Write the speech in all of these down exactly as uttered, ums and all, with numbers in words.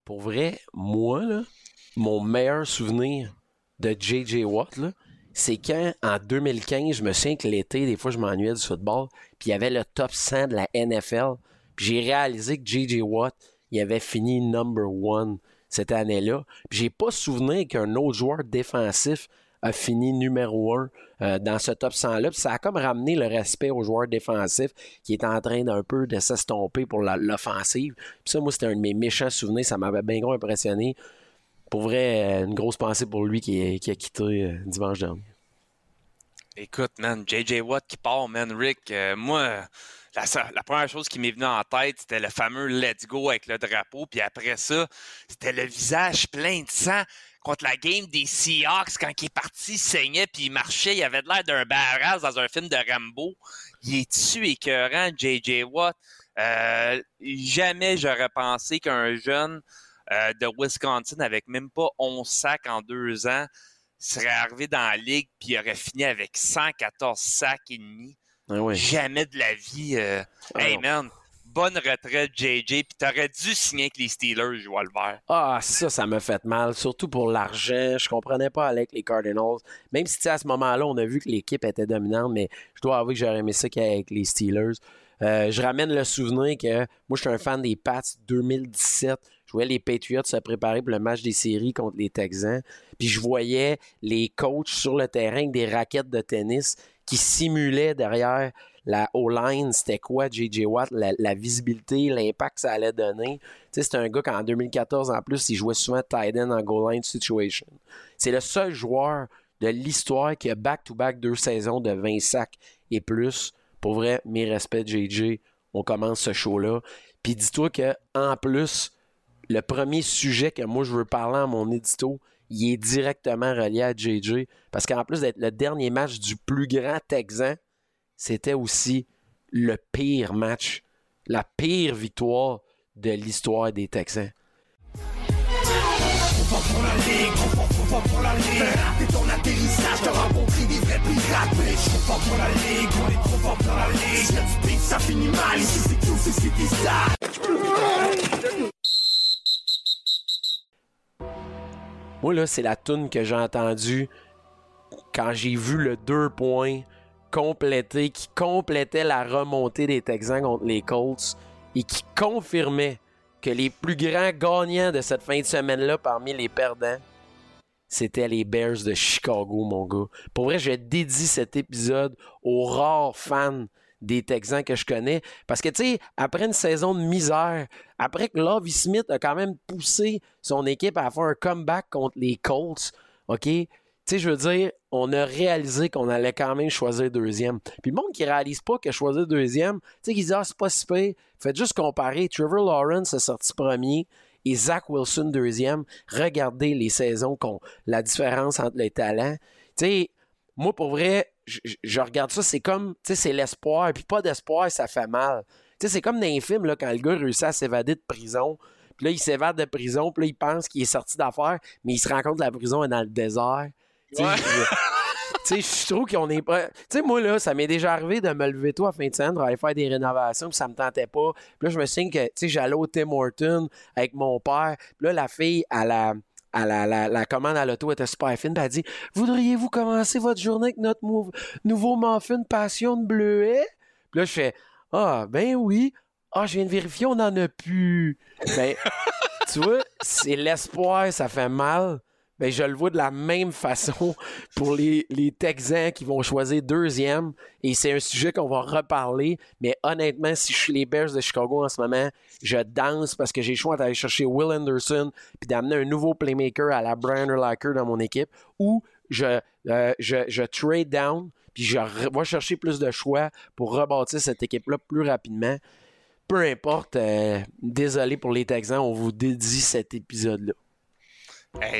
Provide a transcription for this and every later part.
pour vrai, moi, là, mon meilleur souvenir de J J Watt, là, c'est quand, en deux mille quinze, je me souviens que l'été, des fois, je m'ennuyais du football, puis il y avait le top cent de la N F L, puis j'ai réalisé que J J Watt, il avait fini number one cette année-là. Puis j'ai pas souvenir qu'un autre joueur défensif a fini numéro un euh, dans ce top cent-là. Puis ça a comme ramené le respect aux joueurs défensifs qui est en train d'un peu de s'estomper pour la, l'offensive. Puis ça, moi, c'était un de mes méchants souvenirs. Ça m'avait bien gros impressionné. Pour vrai, une grosse pensée pour lui qui, est, qui a quitté euh, dimanche dernier. Écoute, man, J J Watt qui part, man, Rick, euh, moi, la, la première chose qui m'est venue en tête, c'était le fameux Let's Go avec le drapeau, puis après ça, c'était le visage plein de sang contre la game des Seahawks quand il est parti, il saignait, puis il marchait, il avait l'air d'un badass dans un film de Rambo. Il est-tu écœurant, J J Watt? Euh, jamais j'aurais pensé qu'un jeune euh, de Wisconsin avec même pas onze sacs en deux ans serait arrivé dans la ligue puis il aurait fini avec cent quatorze sacs et demi. Ah ouais. Jamais de la vie. Euh... Ah hey non. man, bonne retraite J J, puis t'aurais dû signer avec les Steelers, je vois le vert. Ah, ça, ça m'a fait mal, surtout pour l'argent. Je comprenais pas avec les Cardinals. Même si, à ce moment-là, on a vu que l'équipe était dominante, mais je dois avouer que j'aurais aimé ça qu'avec les Steelers. Euh, je ramène le souvenir que moi, je suis un fan des Pats deux mille dix-sept. Je voyais les Patriots se préparer pour le match des séries contre les Texans. Puis je voyais les coachs sur le terrain avec des raquettes de tennis qui simulaient derrière la O-line, c'était quoi J J Watt, la, la visibilité, l'impact que ça allait donner. Tu sais, c'est un gars qu'en deux mille quatorze, en plus, il jouait souvent tight end en goal line situation. C'est le seul joueur de l'histoire qui a back-to-back deux saisons de vingt sacs et plus. Pour vrai, mes respects, J J, on commence ce show-là. Puis dis-toi qu'en plus, le premier sujet que moi je veux parler à mon édito, il est directement relié à J J. Parce qu'en plus d'être le dernier match du plus grand Texan, c'était aussi le pire match, la pire victoire de l'histoire des Texans. On va pour la ligue, on va, on va pour la ligue. Rater ton atterrissage, t'as rencontré des vrais pirates, bitch. On va pour la ligue, on est trop fort pour la ligue. Si y'a du beat, ça finit mal, ici c'est Q, c'est City Star. Moi, là, c'est la toune que j'ai entendue quand j'ai vu le deux points complété, qui complétait la remontée des Texans contre les Colts et qui confirmait que les plus grands gagnants de cette fin de semaine-là parmi les perdants, c'était les Bears de Chicago, mon gars. Pour vrai, je dédie cet épisode aux rares fans des Texans que je connais. Parce que, tu sais, après une saison de misère, après que Lovie Smith a quand même poussé son équipe à faire un comeback contre les Colts, OK? Tu sais, je veux dire, on a réalisé qu'on allait quand même choisir deuxième. Puis le monde qui réalise pas que choisir deuxième, tu sais, qui dit « Ah, c'est pas si pire », faites juste comparer. Trevor Lawrence est sorti premier et Zach Wilson deuxième. Regardez les saisons, qu'on, la différence entre les talents. Tu sais, moi, pour vrai, je, je regarde ça, c'est comme, tu sais, c'est l'espoir. Puis pas d'espoir, ça fait mal. Tu sais, c'est comme dans les films, là, quand le gars réussit à s'évader de prison. Puis là, il s'évade de prison, puis là, il pense qu'il est sorti d'affaires, mais il se rend compte que la prison est dans le désert. Tu sais, je trouve qu'on est pas. Tu sais, moi, là, ça m'est déjà arrivé de me lever tôt à fin de semaine pour aller faire des rénovations, puis ça me tentait pas. Puis là, je me souviens que, tu sais, j'allais au Tim Hortons avec mon père. Puis là, la fille, à la, à la, la, la commande à l'auto était super fine. Puis elle dit « Voudriez-vous commencer votre journée avec notre mou- nouveau muffin passion de bleuet? » Puis là, je fais « Ah, ben oui. Ah, je viens de vérifier, on n'en a plus. » Ben, tu vois, c'est l'espoir, ça fait mal. Ben, je le vois de la même façon pour les, les Texans qui vont choisir deuxième. Et c'est un sujet qu'on va reparler. Mais honnêtement, si je suis les Bears de Chicago en ce moment, je danse parce que j'ai le choix d'aller chercher Will Anderson puis d'amener un nouveau playmaker à la Brian Urlacher dans mon équipe. Ou je, euh, je, je trade down puis je re- vais chercher plus de choix pour rebâtir cette équipe-là plus rapidement. Peu importe. Euh, désolé pour les Texans, on vous dédie cet épisode-là. Hey,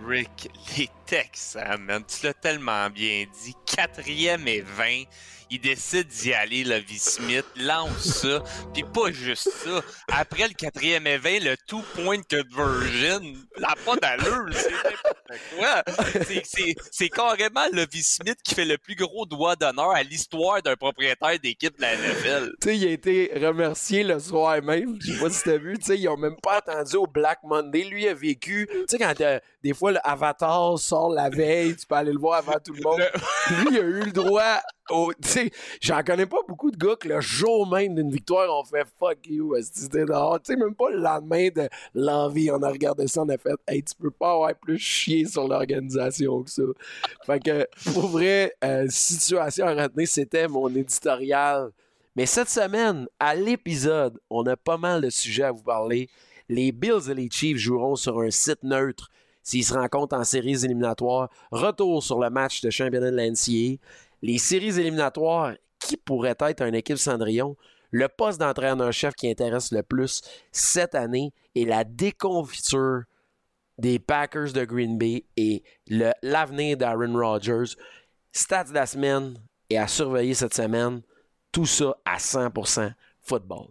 Rick, les Texans, man, tu l'as tellement bien dit. Quatrième et vingt, il décide d'y aller, Lovie Smith, lance ça, puis pas juste ça. Après le quatrième et vingt, le two-point conversion, la pas d'allure, c'est n'importe quoi. C'est, c'est, c'est carrément Lovie Smith qui fait le plus gros doigt d'honneur à l'histoire d'un propriétaire d'équipe de la N F L. Tu sais, il a été remercié le soir même. Je sais pas si t'as vu. Tu sais, ils ont même pas attendu au Black Monday. Lui a vécu. Tu sais, quand euh, des fois l'Avatar sort la veille, tu peux aller le voir avant tout le monde. Lui, il a eu le droit. Tu sais, j'en connais pas beaucoup de gars que le jour même d'une victoire, on fait fuck you. C'était dehors. Tu sais, même pas le lendemain de l'envie, on a regardé ça, on a fait hey, tu peux pas avoir plus chier sur l'organisation que ça. Fait que, pour vrai, euh, situation à retenir, c'était mon éditorial. Mais cette semaine, à l'épisode, on a pas mal de sujets à vous parler. Les Bills et les Chiefs joueront sur un site neutre s'ils se rencontrent en séries éliminatoires. Retour sur le match de championnat de la N C A A. Les séries éliminatoires, qui pourrait être une équipe Cendrillon? Le poste d'entraîneur-chef qui intéresse le plus cette année est la déconfiture des Packers de Green Bay et le, l'avenir d'Aaron Rodgers. Stats de la semaine et à surveiller cette semaine. Tout ça à cent pour cent football.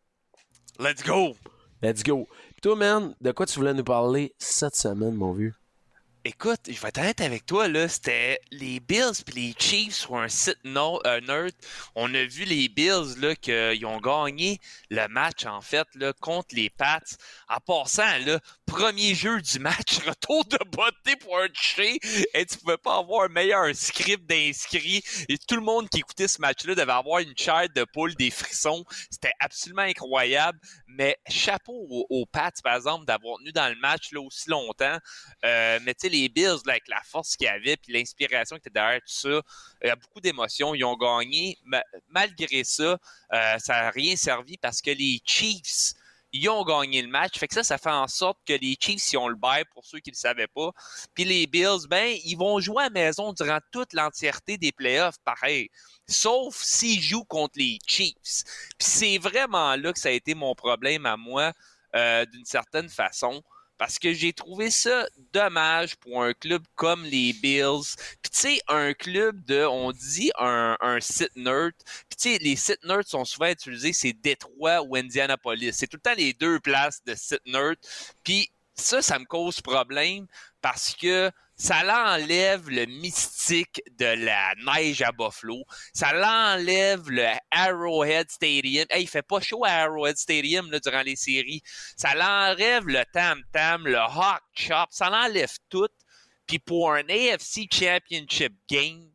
Let's go! Let's go. Puis toi, man, de quoi tu voulais nous parler cette semaine, mon vieux? Écoute, je vais être honnête avec toi, là, c'était les Bills puis les Chiefs sur un site no, euh, neutre. On a vu les Bills là, qu'ils ont gagné le match, en fait, là, contre les Pats. En passant, là, premier jeu du match, retour de beauté pour un touché. Et tu pouvais pas avoir un meilleur script d'inscrits. Et tout le monde qui écoutait ce match-là devait avoir une chair de poule, des frissons. C'était absolument incroyable. Mais chapeau aux, aux Pats, par exemple, d'avoir tenu dans le match là, aussi longtemps. Euh, mais tu sais, les Bills, là, avec la force qu'ils avaient puis l'inspiration qui était derrière tout ça, il y a beaucoup d'émotions. Ils ont gagné. Ma- malgré ça, euh, ça n'a rien servi parce que les Chiefs, ils ont gagné le match. Fait que ça, ça fait en sorte que les Chiefs, ils ont le bail pour ceux qui ne le savaient pas. Puis les Bills, ben, ils vont jouer à la maison durant toute l'entièreté des playoffs, pareil. Sauf s'ils jouent contre les Chiefs. Puis c'est vraiment là que ça a été mon problème à moi, euh, d'une certaine façon. Parce que j'ai trouvé ça dommage pour un club comme les Bills. Puis tu sais, un club de, on dit, un, un site neutre. Puis tu sais, les sites neutres sont souvent utilisés, c'est Détroit ou Indianapolis. C'est tout le temps les deux places de sites neutres. Puis ça, ça me cause problème parce que ça l'enlève le mystique de la neige à Buffalo. Ça l'enlève le Arrowhead Stadium. Hey, il fait pas chaud à Arrowhead Stadium là, durant les séries. Ça l'enlève le tam-tam, le hawk chop. Ça l'enlève tout. Puis pour un A F C Championship game,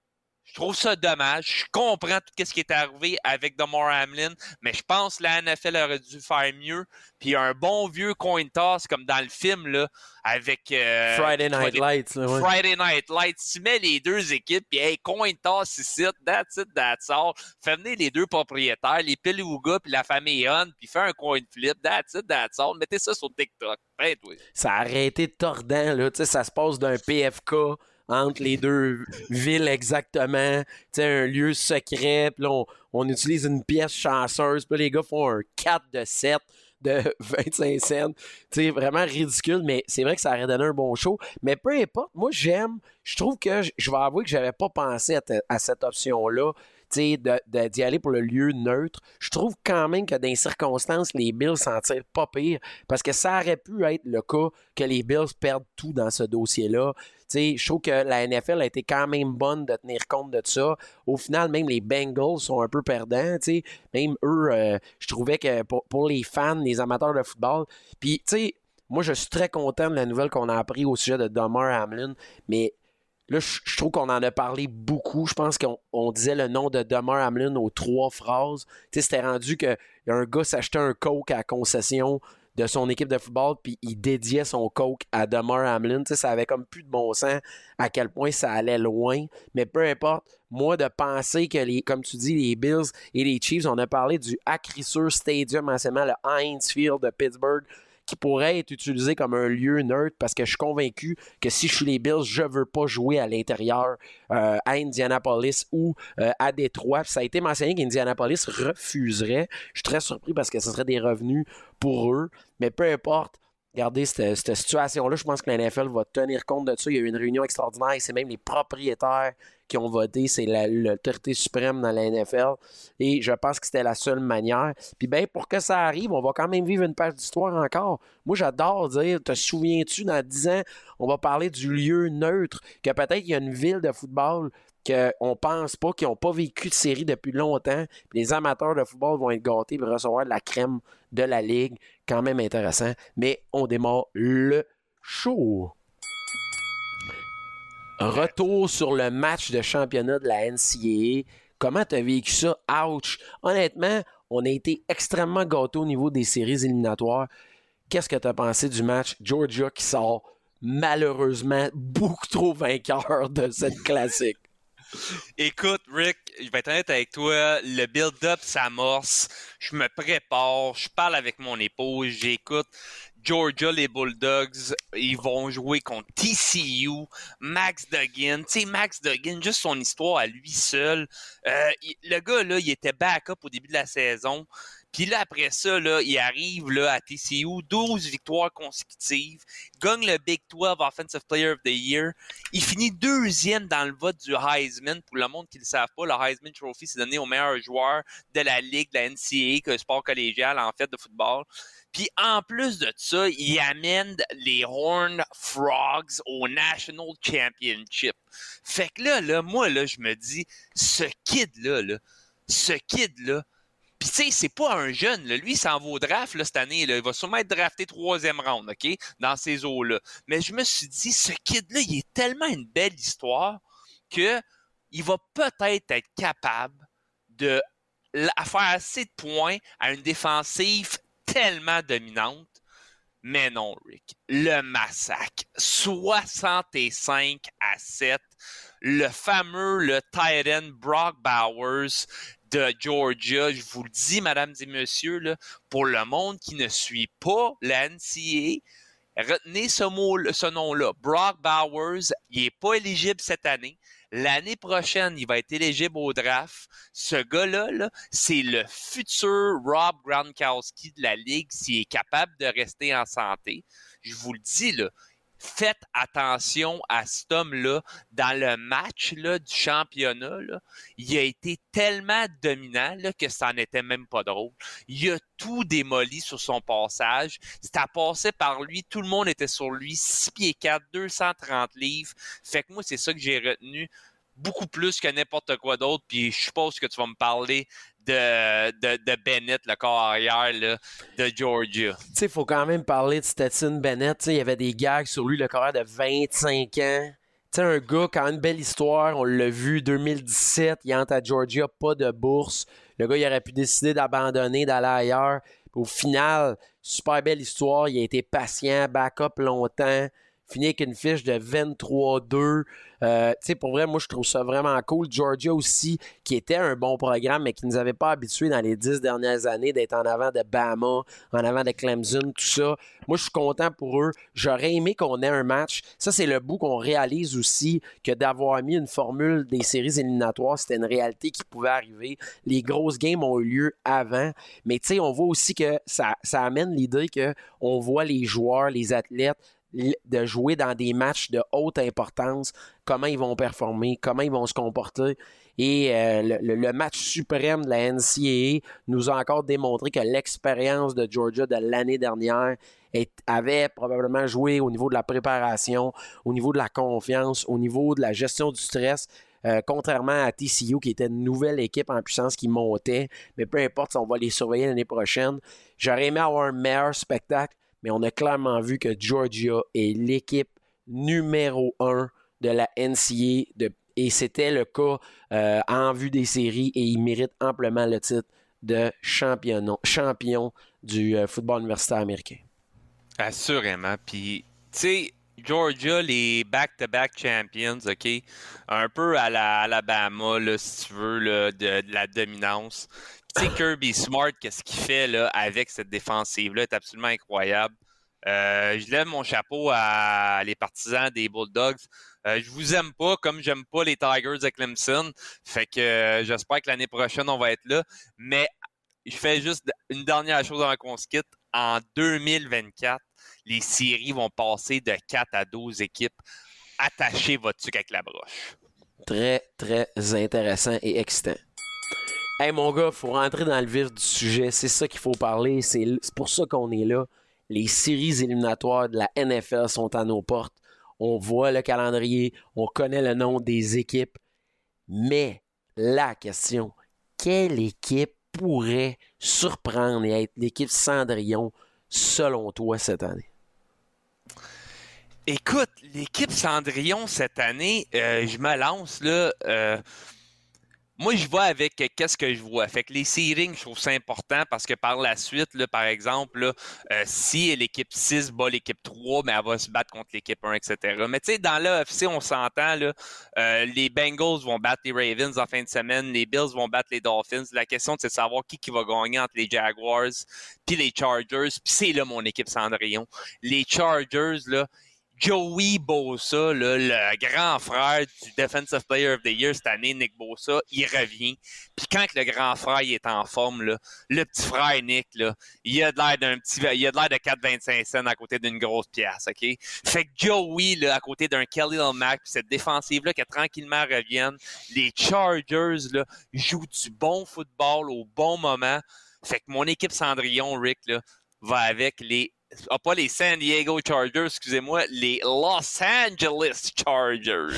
je trouve ça dommage. Je comprends tout ce qui est arrivé avec Damar Hamlin, mais je pense que la N F L aurait dû faire mieux. Puis un bon vieux coin toss comme dans le film là, avec euh, Friday Night les, Lights. Là, ouais. Friday Night Lights. Tu mets les deux équipes, puis hey, coin toss ici, that's it, that's all. Fais venir les deux propriétaires, les Peluga puis la famille Hunt, puis fais un coin flip, that's it, that's all. Mettez ça sur TikTok. Hey, ça aurait été tordant, là. Tu sais, ça se passe d'un P F K entre les deux villes exactement, tu sais, un lieu secret, puis là, on, on utilise une pièce chanceuse, puis là, les gars font un quatre de sept de vingt-cinq cents, tu sais, vraiment ridicule, mais c'est vrai que ça aurait donné un bon show, mais peu importe, moi, j'aime, je trouve que, je vais avouer que j'avais pas pensé à, te, à cette option-là, tu sais, de, de, d'y aller pour le lieu neutre. Je trouve quand même que dans les circonstances, les Bills s'en tirent pas pire, parce que ça aurait pu être le cas que les Bills perdent tout dans ce dossier-là. T'sais, je trouve que la N F L a été quand même bonne de tenir compte de ça. Au final, même les Bengals sont un peu perdants. T'sais. Même eux, euh, je trouvais que pour, pour les fans, les amateurs de football, puis tu sais, moi je suis très content de la nouvelle qu'on a appris au sujet de Damar Hamlin, mais là, je, je trouve qu'on en a parlé beaucoup. Je pense qu'on on disait le nom de Damar Hamlin aux trois phrases. T'sais, c'était rendu que y a un gars s'achetait un Coke à la concession de son équipe de football, puis il dédiait son coke à Damar Hamlin. Tu sais, ça avait comme plus de bon sens à quel point ça allait loin. Mais peu importe, moi, de penser que, les, comme tu dis, les Bills et les Chiefs, on a parlé du Acrisure Stadium, anciennement le Heinz Field de Pittsburgh, qui pourrait être utilisé comme un lieu neutre parce que je suis convaincu que si je suis les Bills, je veux pas jouer à l'intérieur euh, à Indianapolis ou euh, à Détroit. Puis ça a été mentionné qu'Indianapolis refuserait. Je suis très surpris parce que ce serait des revenus pour eux. Mais peu importe, regardez cette, cette situation-là. Je pense que la N F L va tenir compte de ça. Il y a eu une réunion extraordinaire et c'est même les propriétaires qui ont voté. C'est la, l'autorité suprême dans la N F L. Et je pense que c'était la seule manière. Puis bien, pour que ça arrive, on va quand même vivre une page d'histoire encore. Moi, j'adore dire, te souviens-tu, dans dix ans, on va parler du lieu neutre, que peut-être il y a une ville de football qu'on pense pas, qui n'ont pas vécu de série depuis longtemps. Puis les amateurs de football vont être gâtés et recevoir de la crème de la Ligue. Quand même intéressant. Mais on démarre le show. Retour sur le match de championnat de la N C A A. Comment tu as vécu ça? Ouch! Honnêtement, on a été extrêmement gâtés au niveau des séries éliminatoires. Qu'est-ce que tu as pensé du match? Georgia qui sort malheureusement beaucoup trop vainqueur de cette classique. Écoute, Rick, je vais être honnête avec toi, le build-up s'amorce, je me prépare, je parle avec mon épouse, j'écoute Georgia, les Bulldogs, ils vont jouer contre T C U, Max Duggan, tu sais, Max Duggan, juste son histoire à lui seul, euh, il, le gars, là, il était back-up au début de la saison. Puis là, après ça, là, il arrive là, à T C U, douze victoires consécutives, gagne le Big douze Offensive Player of the Year. Il finit deuxième dans le vote du Heisman. Pour le monde qui ne le savent pas, le Heisman Trophy, c'est donné aux meilleurs joueurs de la Ligue, de la N C A A, que le sport collégial, en fait, de football. Puis en plus de ça, il amène les Horned Frogs au National Championship. Fait que là, là moi, là, je me dis, ce kid-là, là, ce kid-là, puis, tu sais, c'est pas un jeune. Là. Lui, il s'en va au draft là, cette année. Là. Il va sûrement être drafté troisième round, OK? Dans ces eaux-là. Mais je me suis dit, ce kid-là, il est tellement une belle histoire qu'il va peut-être être capable de faire assez de points à une défensive tellement dominante. Mais non, Rick. Le massacre. soixante-cinq à sept. Le fameux, le tight end Brock Bowers de Georgia, je vous le dis, mesdames et messieurs, là, pour le monde qui ne suit pas la N C A A, retenez ce mot, ce nom-là. Brock Bowers, il n'est pas éligible cette année. L'année prochaine, il va être éligible au draft. Ce gars-là, là, c'est le futur Rob Gronkowski de la Ligue s'il est capable de rester en santé. Je vous le dis, là. Faites attention à cet homme-là dans le match là, du championnat. Là, il a été tellement dominant là, que ça n'était même pas drôle. Il a tout démoli sur son passage. C'était passé par lui. Tout le monde était sur lui. six pieds quatre, deux cent trente livres. Fait que moi, c'est ça que j'ai retenu. Beaucoup plus que n'importe quoi d'autre. Puis je suppose que tu vas me parler de, de, de Bennett, le corps arrière là, de Georgia. Tu sais, il faut quand même parler de Stetson Bennett. T'sais, il y avait des gags sur lui, le corps de vingt-cinq ans. Tu sais, un gars qui a une belle histoire. On l'a vu deux mille dix-sept. Il entre à Georgia, pas de bourse. Le gars, il aurait pu décider d'abandonner, d'aller ailleurs. Au final, super belle histoire. Il a été patient, back-up longtemps. Fini avec une fiche de vingt-trois deux. Euh, tu sais, pour vrai, moi, je trouve ça vraiment cool. Georgia aussi, qui était un bon programme, mais qui ne nous avait pas habitués dans les dix dernières années d'être en avant de Bama, en avant de Clemson, tout ça. Moi, je suis content pour eux. J'aurais aimé qu'on ait un match. Ça, c'est le bout qu'on réalise aussi, que d'avoir mis une formule des séries éliminatoires, c'était une réalité qui pouvait arriver. Les grosses games ont eu lieu avant, mais tu sais, on voit aussi que ça, ça amène l'idée qu'on voit les joueurs, les athlètes, de jouer dans des matchs de haute importance, comment ils vont performer, comment ils vont se comporter. Et euh, le, le match suprême de la N C A A nous a encore démontré que l'expérience de Georgia de l'année dernière est, avait probablement joué au niveau de la préparation, au niveau de la confiance, au niveau de la gestion du stress. Euh, contrairement à T C U qui était une nouvelle équipe en puissance qui montait, mais peu importe si on va les surveiller l'année prochaine. J'aurais aimé avoir un meilleur spectacle, mais on a clairement vu que Georgia est l'équipe numéro un de la N C A A de, et c'était le cas euh, en vue des séries et il mérite amplement le titre de champion, champion du euh, football universitaire américain. Assurément. Puis, tu sais, Georgia, les back-to-back champions, OK? Un peu à la Alabama, là, si tu veux, là, de, de la dominance. Tu sais, Kirby Smart, qu'est-ce qu'il fait là, avec cette défensive-là est absolument incroyable. Euh, je lève mon chapeau à les partisans des Bulldogs. Euh, je vous aime pas comme j'aime pas les Tigers de Clemson. Fait que euh, j'espère que l'année prochaine, on va être là. Mais je fais juste une dernière chose avant qu'on se quitte. En deux mille vingt-quatre, les séries vont passer de quatre à douze équipes. Attachez votre truc avec la broche. Très, très intéressant et excitant. Hey mon gars, il faut rentrer dans le vif du sujet. C'est ça qu'il faut parler. C'est, c'est pour ça qu'on est là. Les séries éliminatoires de la N F L sont à nos portes. On voit le calendrier, on connaît le nom des équipes. Mais la question, quelle équipe pourrait surprendre et être l'équipe Cendrillon selon toi cette année? Écoute, l'équipe Cendrillon cette année, euh, je me lance là. Euh, moi, je vois avec euh, qu'est-ce que je vois. Fait que les seedings, je trouve ça important parce que par la suite, là, par exemple, là, euh, si l'équipe six bat l'équipe trois, mais elle va se battre contre l'équipe un, et cetera. Mais tu sais, dans l'A F C, on s'entend, là, euh, les Bengals vont battre les Ravens en fin de semaine, les Bills vont battre les Dolphins. La question, c'est de savoir qui, qui va gagner entre les Jaguars puis les Chargers. Puis c'est là mon équipe Cendrillon. Les Chargers, là, Joey Bosa, là, le grand frère du Defensive Player of the Year cette année, Nick Bosa, il revient. Puis quand le grand frère il est en forme, là, le petit frère Nick, là, il a de l'air d'un petit, il a de l'air de quatre virgule vingt-cinq cents à côté d'une grosse pièce, ok? Fait que Joey, là, à côté d'un Khalil Mack, puis cette défensive-là qui tranquillement revienne, les Chargers, là, jouent du bon football au bon moment. Fait que mon équipe Cendrillon, Rick, là, va avec les Ah, pas les San Diego Chargers, excusez-moi, les Los Angeles Chargers.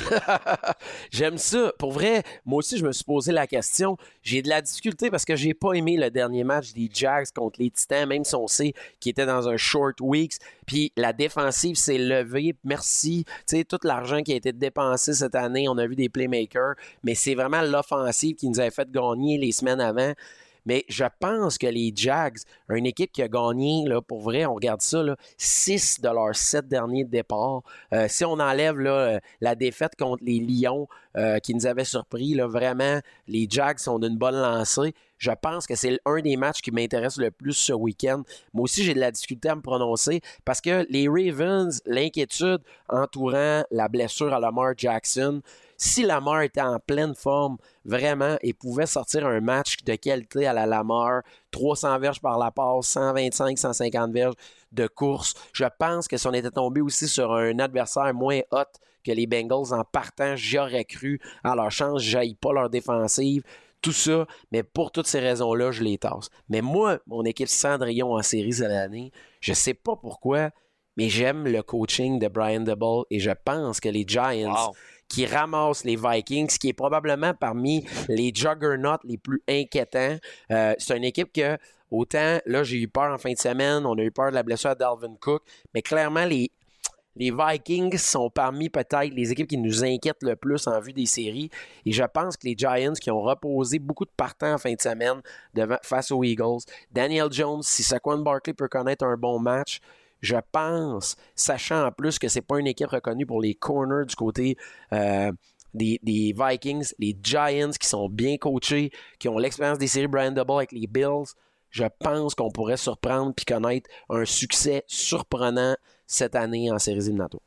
J'aime ça. Pour vrai, moi aussi, je me suis posé la question. J'ai de la difficulté parce que j'ai pas aimé le dernier match des Jags contre les Titans, même si on sait qu'ils étaient dans un short weeks. Puis la défensive s'est levée. Merci. Tu sais, tout l'argent qui a été dépensé cette année, on a vu des playmakers, mais c'est vraiment l'offensive qui nous avait fait gagner les semaines avant. Mais je pense que les Jags, une équipe qui a gagné, là, pour vrai, on regarde ça, là, six de leurs sept derniers départs. Euh, si on enlève là, la défaite contre les Lions euh, qui nous avait surpris, là, vraiment, les Jags sont d'une bonne lancée. Je pense que c'est un des matchs qui m'intéresse le plus ce week-end. Moi aussi, j'ai de la difficulté à me prononcer parce que les Ravens, l'inquiétude entourant la blessure à Lamar Jackson, si Lamar était en pleine forme, vraiment, et pouvait sortir un match de qualité à la Lamar, trois cents verges par la passe, cent vingt-cinq cent cinquante verges de course, je pense que si on était tombé aussi sur un adversaire moins hot que les Bengals en partant, j'aurais cru à leur chance, je n'haïs pas leur défensive, tout ça, mais pour toutes ces raisons-là, je les tasse. Mais moi, mon équipe Cendrillon en série cette année, je sais pas pourquoi, mais j'aime le coaching de Brian Daboll et je pense que les Giants... Wow. Qui ramassent les Vikings, qui est probablement parmi les juggernauts les plus inquiétants. Euh, c'est une équipe que, autant, là, j'ai eu peur en fin de semaine, on a eu peur de la blessure à Dalvin Cook, mais clairement, les, les Vikings sont parmi peut-être les équipes qui nous inquiètent le plus en vue des séries. Et je pense que les Giants qui ont reposé beaucoup de partants en fin de semaine devant, face aux Eagles, Daniel Jones, si Saquon Barkley peut connaître un bon match, je pense, sachant en plus que c'est pas une équipe reconnue pour les corners du côté euh, des, des Vikings, les Giants qui sont bien coachés, qui ont l'expérience des séries Brian Daboll avec les Bills, je pense qu'on pourrait surprendre puis connaître un succès surprenant cette année en séries éliminatoires.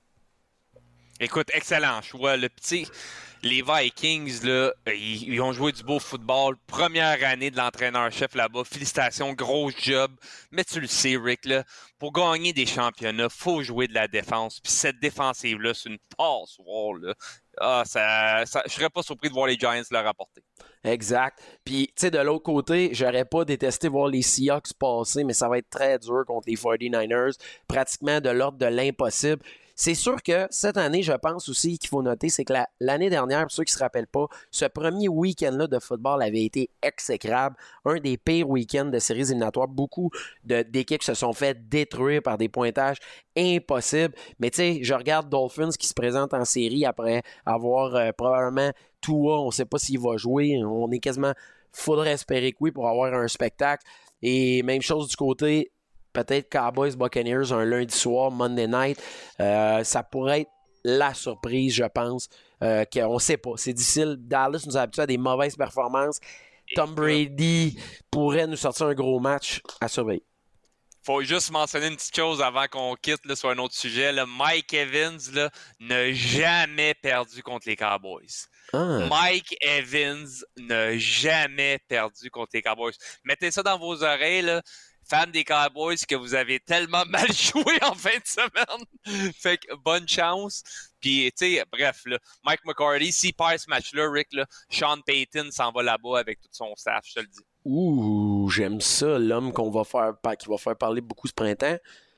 Écoute, excellent choix. Le petit, les Vikings, là, ils, ils ont joué du beau football. Première année de l'entraîneur-chef là-bas. Félicitations, gros job. Mais tu le sais, Rick, là, pour gagner des championnats, il faut jouer de la défense. Puis cette défensive-là, c'est une passoire, là. Ah, ça, ça, je serais pas surpris de voir les Giants le rapporter. Exact. Puis, tu sais, de l'autre côté, j'aurais pas détesté voir les Seahawks passer, mais ça va être très dur contre les forty-niners. Pratiquement de l'ordre de l'impossible. C'est sûr que cette année, je pense aussi qu'il faut noter, c'est que la, l'année dernière, pour ceux qui ne se rappellent pas, ce premier week-end-là de football avait été exécrable. Un des pires week-ends de séries éliminatoires. Beaucoup de, d'équipes se sont fait détruire par des pointages impossibles. Mais tu sais, je regarde Dolphins qui se présente en série après avoir euh, probablement Tua. On ne sait pas s'il va jouer. On est quasiment... Faudrait espérer que oui pour avoir un spectacle. Et même chose du côté... Peut-être Cowboys Buccaneers un lundi soir, Monday night. Euh, ça pourrait être la surprise, je pense. Euh, qu'on ne sait pas. C'est difficile. Dallas nous a habitués à des mauvaises performances. Tom Brady pourrait nous sortir un gros match à surveiller. Faut juste mentionner une petite chose avant qu'on quitte là, sur un autre sujet. Là. Mike Evans là, n'a jamais perdu contre les Cowboys. Ah. Mike Evans n'a jamais perdu contre les Cowboys. Mettez ça dans vos oreilles. Là. fan des Cowboys que vous avez tellement mal joué en fin de semaine. Fait que bonne chance. Puis, tu sais, bref, là, Mike McCarthy, s'il perd ce match-là, Rick, là, Sean Payton s'en va là-bas avec tout son staff, je te le dis. Ouh, j'aime ça, l'homme qu'on va faire, qui va faire parler beaucoup ce printemps.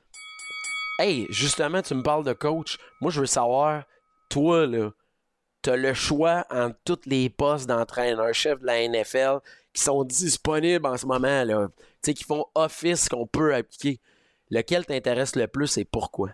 Hey, justement, tu me parles de coach. Moi, je veux savoir, toi, là, t'as le choix entre tous les postes d'entraîneur-chef de la N F L qui sont disponibles en ce moment, là. Tu sais, qui font office qu'on peut appliquer. Lequel t'intéresse le plus et pourquoi?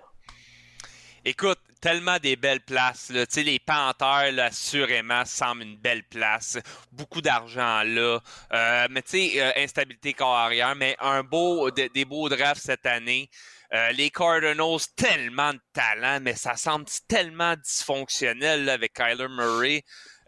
Écoute, tellement des belles places. Là. Tu sais, les Panthers, là, assurément, semblent une belle place. Beaucoup d'argent là. Euh, mais tu sais, euh, instabilité corps arrière, mais un beau, de, des beaux drafts cette année. Euh, les Cardinals, tellement de talent, mais ça semble tellement dysfonctionnel là, avec Kyler Murray.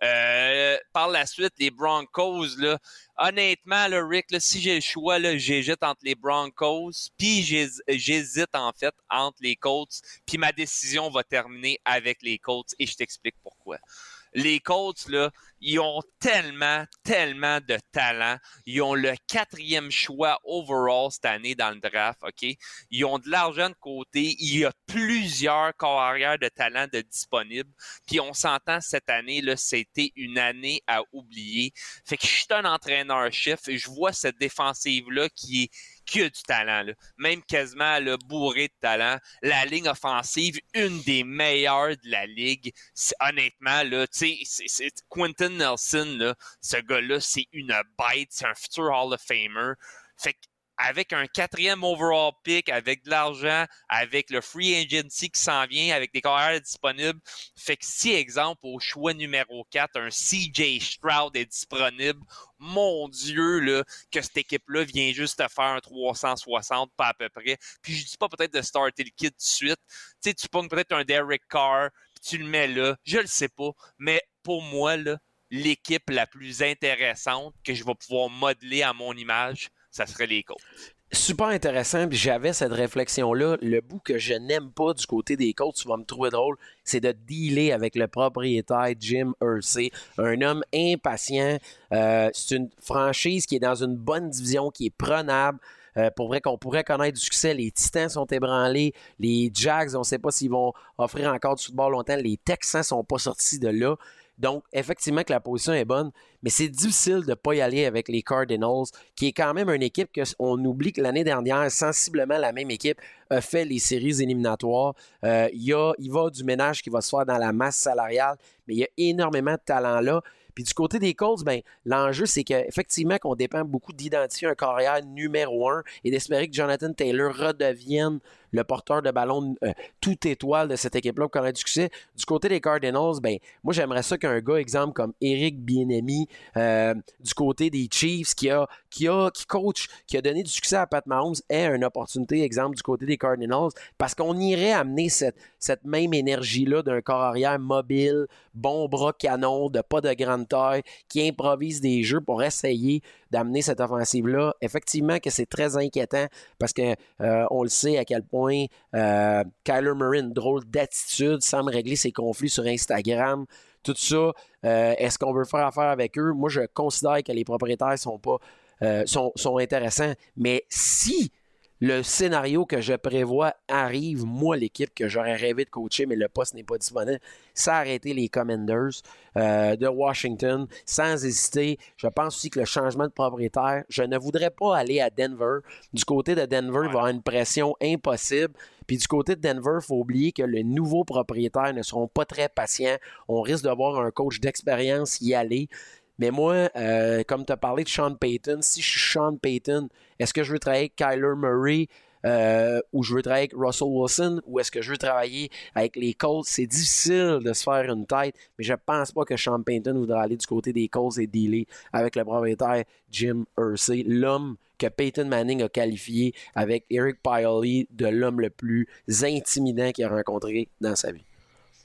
Euh, par la suite, les Broncos, là, honnêtement, là, Rick, là, si j'ai le choix, là, j'hésite entre les Broncos, puis j'hésite en fait entre les Colts, puis ma décision va terminer avec les Colts, et je t'explique pourquoi. Les Colts, là, ils ont tellement, tellement de talent. Ils ont le quatrième choix overall cette année dans le draft, OK? Ils ont de l'argent de côté. Il y a plusieurs corps arrière de talent de disponibles. Puis on s'entend, cette année, là, c'était une année à oublier. Fait que je suis un entraîneur-chef et je vois cette défensive-là qui est qui a du talent, là. Même quasiment là, bourré de talent. La ligne offensive, une des meilleures de la ligue. C'est, honnêtement, là, tu sais, Quentin Nelson, là, ce gars-là, c'est une bête. C'est un futur Hall of Famer. Fait que avec un quatrième overall pick, avec de l'argent, avec le free agency qui s'en vient, avec des carrières disponibles. Fait que si, exemple, au choix numéro quatre, un C J Stroud est disponible, mon Dieu, là, que cette équipe-là vient juste te faire un trois cent soixante, pas à peu près. Puis je dis pas peut-être de starter le kit tout de suite. Tu sais, tu pognes peut-être un Derek Carr, puis tu le mets là. Je le sais pas. Mais pour moi, là, l'équipe la plus intéressante que je vais pouvoir modeler à mon image, ça serait les Colts. Super intéressant, puis j'avais cette réflexion-là. Le bout que je n'aime pas du côté des Colts, tu vas me trouver drôle, c'est de dealer avec le propriétaire Jim Irsay, un homme impatient. Euh, c'est une franchise qui est dans une bonne division, qui est prenable. Euh, pour vrai qu'on pourrait connaître du succès. Les Titans sont ébranlés. Les Jags, on ne sait pas s'ils vont offrir encore du football longtemps. Les Texans ne sont pas sortis de là. Donc, effectivement que la position est bonne, mais c'est difficile de ne pas y aller avec les Cardinals, qui est quand même une équipe qu'on oublie que l'année dernière, sensiblement la même équipe, a fait les séries éliminatoires. Euh, il y a, il va du ménage qui va se faire dans la masse salariale, mais il y a énormément de talent là. Puis du côté des Colts, ben, l'enjeu, c'est qu'effectivement qu'on dépend beaucoup d'identifier un carrière numéro un et d'espérer que Jonathan Taylor redevienne le porteur de ballon euh, tout étoile de cette équipe-là pour connaître du succès. Du côté des Cardinals, ben, moi, j'aimerais ça qu'un gars, exemple, comme Eric Bieniemy, euh, du côté des Chiefs, qui a, qui a, qui coach, qui a donné du succès à Pat Mahomes, ait une opportunité, exemple, du côté des Cardinals, parce qu'on irait amener cette, cette même énergie-là d'un corps arrière mobile, bon bras canon, de pas de grande taille, qui improvise des jeux pour essayer d'amener cette offensive-là. Effectivement que c'est très inquiétant parce que euh, on le sait à quel point euh, Kyler Murray a une drôle d'attitude, semble régler ses conflits sur Instagram. Tout ça, euh, est-ce qu'on veut faire affaire avec eux? Moi, je considère que les propriétaires sont pas euh, sont, sont intéressants. Mais si le scénario que je prévois arrive, moi, l'équipe que j'aurais rêvé de coacher, mais le poste n'est pas disponible, ça a arrêté les Commanders euh, de Washington, sans hésiter. Je pense aussi que le changement de propriétaire, je ne voudrais pas aller à Denver. Du côté de Denver, ouais. Il va y avoir une pression impossible. Puis du côté de Denver, il faut oublier que les nouveaux propriétaires ne seront pas très patients. On risque d'avoir un coach d'expérience y aller. Mais moi, euh, comme tu as parlé de Sean Payton, si je suis Sean Payton, est-ce que je veux travailler avec Kyler Murray euh, ou je veux travailler avec Russell Wilson ou est-ce que je veux travailler avec les Colts? C'est difficile de se faire une tête, mais je pense pas que Sean Payton voudra aller du côté des Colts et dealer avec le propriétaire Jim Irsay, l'homme que Peyton Manning a qualifié avec Eric Piolli de l'homme le plus intimidant qu'il a rencontré dans sa vie.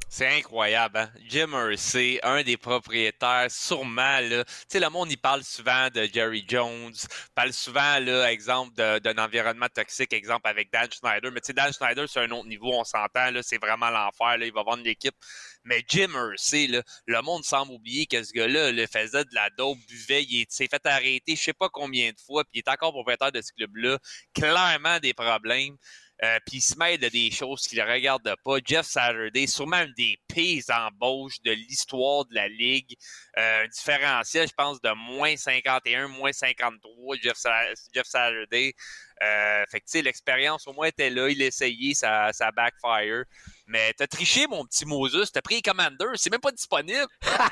C'est incroyable, hein? Jim Irsay, un des propriétaires, sûrement, là. Tu sais, le monde, il parle souvent de Jerry Jones, parle souvent, là, exemple, de, d'un environnement toxique, exemple, avec Dan Schneider. Mais tu sais, Dan Schneider, c'est un autre niveau, on s'entend, là, c'est vraiment l'enfer, là, il va vendre l'équipe. Mais Jim Irsay, là, le monde semble oublier que ce gars-là, là, faisait de la dope, buvait, il s'est fait arrêter je sais pas combien de fois, puis il est encore propriétaire de ce club-là. Clairement des problèmes. Euh, puis il se mêle de des choses qu'il ne regarde pas. Jeff Saturday, sûrement une des pires embauches de l'histoire de la Ligue. Euh, un différentiel, je pense, de moins cinquante et un, moins cinquante-trois, Jeff, Sa- Jeff Saturday. Euh, fait que, tu sais, l'expérience, au moins, était là. Il a essayé, ça, ça backfire. Mais t'as triché, mon petit Moses. T'as pris Commander. C'est même pas disponible.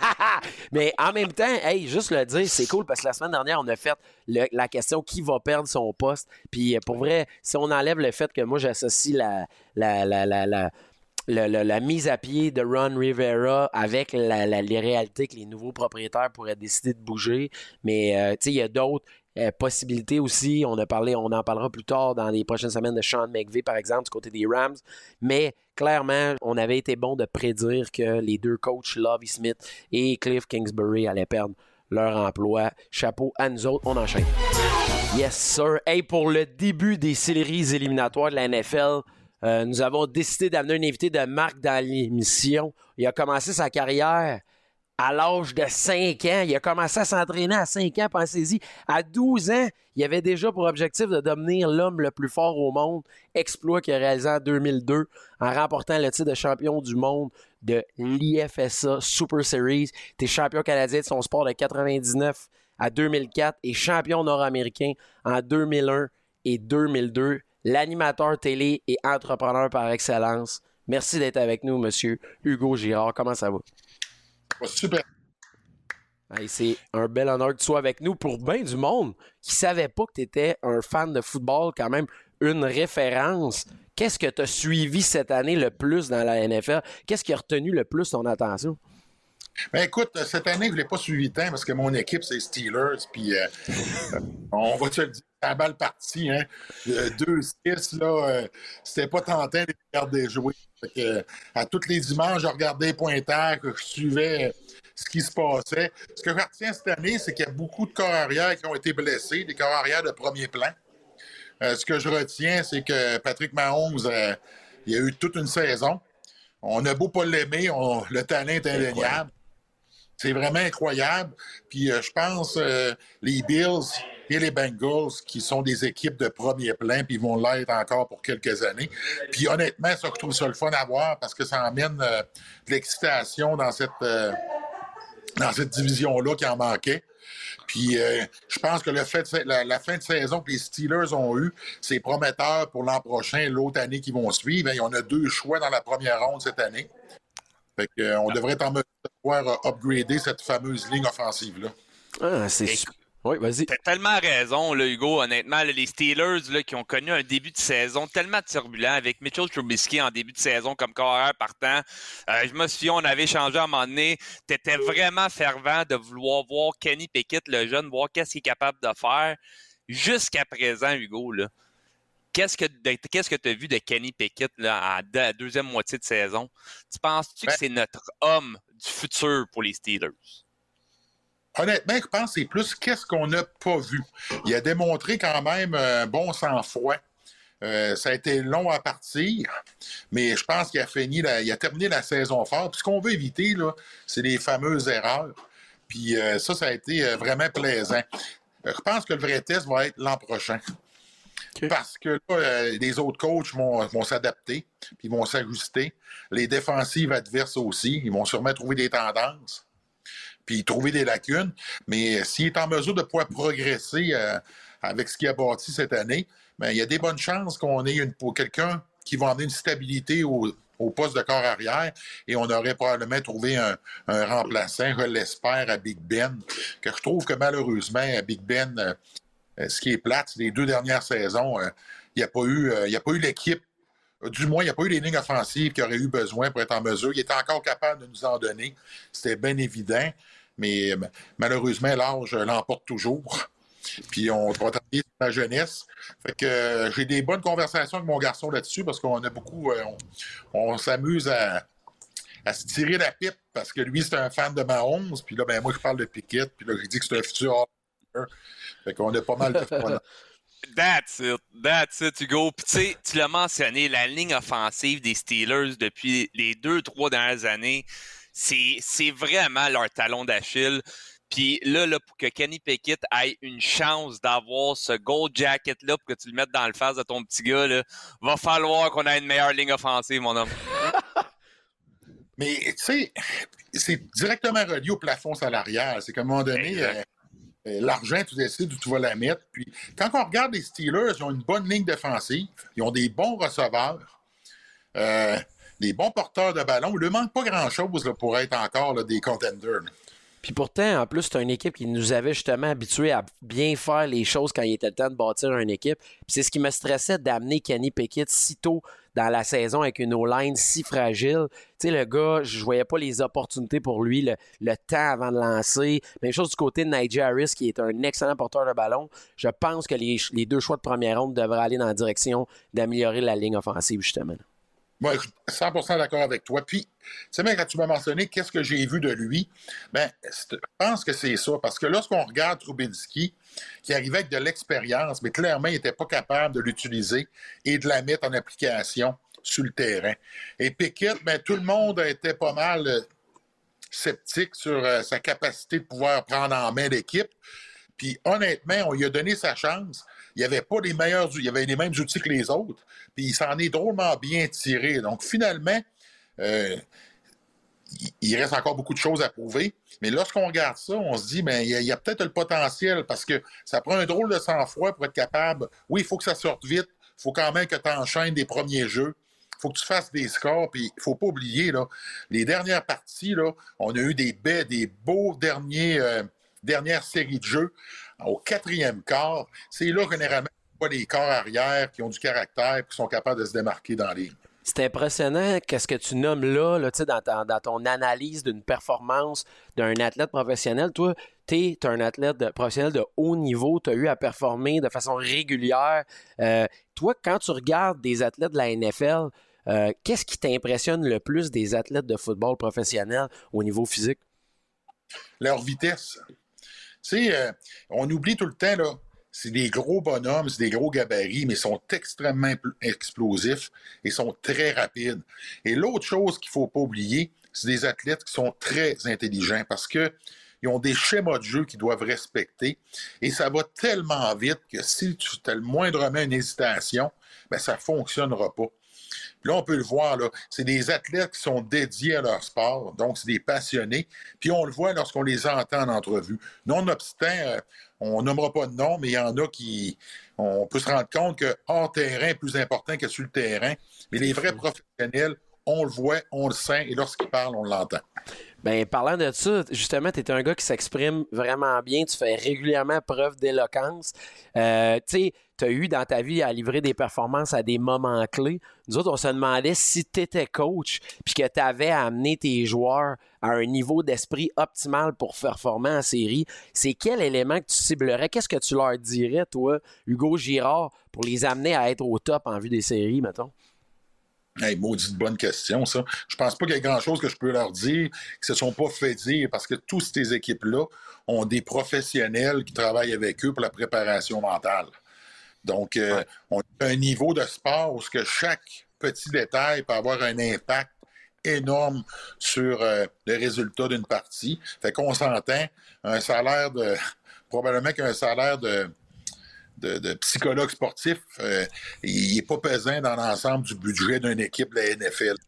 Mais en même temps, hey, juste le dire, c'est cool parce que la semaine dernière, on a fait le, la question qui va perdre son poste. Puis pour vrai, si on enlève le fait que moi, j'associe la, la, la, la, la Le, le, la mise à pied de Ron Rivera avec la, la, les réalités que les nouveaux propriétaires pourraient décider de bouger. Mais euh, tu sais, il y a d'autres euh, possibilités aussi. On a parlé, on en parlera plus tard dans les prochaines semaines de Sean McVay, par exemple, du côté des Rams. Mais clairement, on avait été bon de prédire que les deux coachs, Lovie Smith et Cliff Kingsbury, allaient perdre leur emploi. Chapeau à nous autres, on enchaîne. Yes, sir. Hey, pour le début des séries éliminatoires de la N F L, Euh, nous avons décidé d'amener un invité de marque dans l'émission. Il a commencé sa carrière à l'âge de cinq ans. Il a commencé à s'entraîner à cinq ans, pensez-y. À douze ans, il avait déjà pour objectif de devenir l'homme le plus fort au monde. Exploit qu'il a réalisé en deux mille deux en remportant le titre de champion du monde de l'I F S A Super Series. Il était champion canadien de son sport de quatre-vingt-dix-neuf à deux mille quatre et champion nord-américain en deux mille un et deux mille deux. L'animateur télé et entrepreneur par excellence. Merci d'être avec nous, monsieur Hugo Girard. Comment ça va? Super. Hey, c'est un bel honneur que tu sois avec nous pour bien du monde qui ne savait pas que tu étais un fan de football, quand même une référence. Qu'est-ce que tu as suivi cette année le plus dans la N F L? Qu'est-ce qui a retenu le plus ton attention? Ben écoute, cette année, je ne l'ai pas suivi tant parce que mon équipe, c'est Steelers. Puis, euh, on va te le dire, c'est la balle partie. Hein? deux six, là, euh, c'était pas tentant de les regarder jouer. Fait que, euh, à tous les dimanches, je regardais les pointages, je suivais ce qui se passait. Ce que je retiens cette année, c'est qu'il y a beaucoup de corps arrière qui ont été blessés, des corps arrière de premier plan. Euh, ce que je retiens, c'est que Patrick Mahomes, euh, il a eu toute une saison. On a beau pas l'aimer, on, le talent est indéniable. C'est vraiment incroyable. Puis euh, je pense euh, les Bills et les Bengals, qui sont des équipes de premier plan, puis ils vont l'être encore pour quelques années. Puis honnêtement, ça, je trouve ça le fun à voir parce que ça amène euh, de l'excitation dans cette, euh, dans cette division-là qui en manquait. Puis euh, je pense que le fait de, la, la fin de saison que les Steelers ont eu, c'est prometteur pour l'an prochain, l'autre année qui vont suivre. Hein, on a deux choix dans la première ronde cette année. Fait que, euh, on devrait être en mesure de pouvoir euh, upgrader cette fameuse ligne offensive-là. Ah, c'est super. Oui, vas-y. T'as tellement raison, là, Hugo. Honnêtement, là, les Steelers là, qui ont connu un début de saison tellement turbulent avec Mitchell Trubisky en début de saison comme carrière partant. Euh, je me souviens, on avait échangé à un moment donné. T'étais vraiment fervent de vouloir voir Kenny Pickett, le jeune, voir qu'est-ce qu'il est capable de faire. Jusqu'à présent, Hugo, là, Qu'est-ce que qu'est-ce que tu as vu de Kenny Pickett là, en la deuxième moitié de saison? Tu penses-tu ben, que c'est notre homme du futur pour les Steelers? Honnêtement, je pense que c'est plus qu'est-ce qu'on n'a pas vu. Il a démontré quand même un bon sang-froid. Euh, ça a été long à partir, mais je pense qu'il a fini, la, il a terminé la saison fort. Puis ce qu'on veut éviter, là, c'est les fameuses erreurs. Puis euh, ça, ça a été euh, vraiment plaisant. Euh, je pense que le vrai test va être l'an prochain. Okay. Parce que là, euh, les autres coachs vont, vont s'adapter, puis vont s'ajuster. Les défensives adverses aussi, ils vont sûrement trouver des tendances, puis trouver des lacunes. Mais s'il est en mesure de pouvoir progresser euh, avec ce qu'il a bâti cette année, bien, il y a des bonnes chances qu'on ait une, pour quelqu'un qui va amener une stabilité au, au poste de corps arrière, et on aurait probablement trouvé un, un remplaçant, je l'espère, à Big Ben, que je trouve que malheureusement, à Big Ben... Euh, Euh, ce qui est plate, les deux dernières saisons, il euh, n'y a pas eu, euh, y a pas eu l'équipe, euh, du moins, il n'y a pas eu les lignes offensives qui auraient eu besoin pour être en mesure. Il était encore capable de nous en donner. C'était bien évident, mais euh, malheureusement, l'âge l'emporte toujours. Puis on va travailler sur la jeunesse. Fait que euh, j'ai des bonnes conversations avec mon garçon là-dessus parce qu'on a beaucoup, euh, on, on s'amuse à, à se tirer la pipe parce que lui, c'est un fan de Mahomes. Puis là, ben moi, je parle de Pickett. Puis là, je dis que c'est un futur Hall. Fait qu'on a pas mal de fun. That's it. That's it, Hugo. Puis tu sais, tu l'as mentionné, la ligne offensive des Steelers depuis les deux, trois dernières années, c'est, c'est vraiment leur talon d'Achille. Puis là, là, pour que Kenny Pickett ait une chance d'avoir ce gold jacket-là pour que tu le mettes dans le face de ton petit gars, là, va falloir qu'on ait une meilleure ligne offensive, mon homme. Mais tu sais, c'est directement relié au plafond salarial. C'est qu'à un moment donné, euh, euh, l'argent, tu décides où tu vas la mettre. Puis quand on regarde les Steelers, ils ont une bonne ligne défensive, ils ont des bons receveurs, euh, des bons porteurs de ballon. Il ne manque pas grand-chose là, pour être encore là, des contenders. Là. Puis pourtant, en plus, c'est une équipe qui nous avait justement habitués à bien faire les choses quand il était le temps de bâtir une équipe. Puis c'est ce qui me stressait d'amener Kenny Pickett si tôt dans la saison avec une O-line si fragile. Tu sais, le gars, je voyais pas les opportunités pour lui, le, le temps avant de lancer. Même chose du côté de Najee Harris, qui est un excellent porteur de ballon. Je pense que les, les deux choix de première ronde devraient aller dans la direction d'améliorer la ligne offensive, justement. Moi, je suis cent pour cent d'accord avec toi. Puis, tu sais, même quand tu m'as mentionné qu'est-ce que j'ai vu de lui, ben, je pense que c'est ça. Parce que lorsqu'on regarde Trubisky, qui arrivait avec de l'expérience, mais clairement, il n'était pas capable de l'utiliser et de la mettre en application sur le terrain. Et Pickett, ben, tout le monde était pas mal euh, sceptique sur euh, sa capacité de pouvoir prendre en main l'équipe. Puis honnêtement, on lui a donné sa chance. Il n'y avait pas les meilleurs, il y avait les mêmes outils que les autres. Puis il s'en est drôlement bien tiré. Donc finalement, euh, il reste encore beaucoup de choses à prouver. Mais lorsqu'on regarde ça, on se dit, ben, il y a, il y a peut-être le potentiel parce que ça prend un drôle de sang-froid pour être capable. Oui, il faut que ça sorte vite. Il faut quand même que tu enchaînes des premiers jeux. Il faut que tu fasses des scores. Puis il ne faut pas oublier, là, les dernières parties, là, on a eu des baies, des beaux derniers. Euh, dernière série de jeux, au quatrième quart, c'est là généralement pas les corps arrière qui ont du caractère et qui sont capables de se démarquer dans les. C'est impressionnant qu'est-ce que tu nommes là, là dans, ta, dans ton analyse d'une performance d'un athlète professionnel. Toi, tu es un athlète de, professionnel de haut niveau, tu as eu à performer de façon régulière. Euh, toi, quand tu regardes des athlètes de la N F L, euh, qu'est-ce qui t'impressionne le plus des athlètes de football professionnel au niveau physique? Leur vitesse. Tu sais, euh, on oublie tout le temps, là, c'est des gros bonhommes, c'est des gros gabarits, mais ils sont extrêmement explosifs et sont très rapides. Et l'autre chose qu'il ne faut pas oublier, c'est des athlètes qui sont très intelligents parce qu'ils ont des schémas de jeu qu'ils doivent respecter et ça va tellement vite que si tu as le moindrement une hésitation, ben ça ne fonctionnera pas. Là, on peut le voir, là, c'est des athlètes qui sont dédiés à leur sport, donc c'est des passionnés. Puis on le voit lorsqu'on les entend en entrevue. Nonobstant, euh, on nommera pas de nom, mais il y en a qui... On peut se rendre compte que hors terrain est plus important que sur le terrain. Mais les vrais professionnels, on le voit, on le sent, et lorsqu'ils parlent, on l'entend. Bien, parlant de ça, justement, tu es un gars qui s'exprime vraiment bien. Tu fais régulièrement preuve d'éloquence. Euh, tu sais, tu as eu dans ta vie à livrer des performances à des moments clés. Nous autres, on se demandait si tu étais coach puis que tu avais amené tes joueurs à un niveau d'esprit optimal pour performer en série. C'est quel élément que tu ciblerais? Qu'est-ce que tu leur dirais, toi, Hugo Girard, pour les amener à être au top en vue des séries, mettons? Hey, maudite bonne question, ça. Je pense pas qu'il y ait grand-chose que je peux leur dire qui se sont pas fait dire parce que toutes ces équipes-là ont des professionnels qui travaillent avec eux pour la préparation mentale. Donc, euh, ouais. on a un niveau de sport où ce que chaque petit détail peut avoir un impact énorme sur euh, le résultat d'une partie. Fait qu'on s'entend, un salaire de... probablement qu'un salaire de... De, de psychologue sportif, euh, il n'est pas pesant dans l'ensemble du budget d'une équipe de la N F L.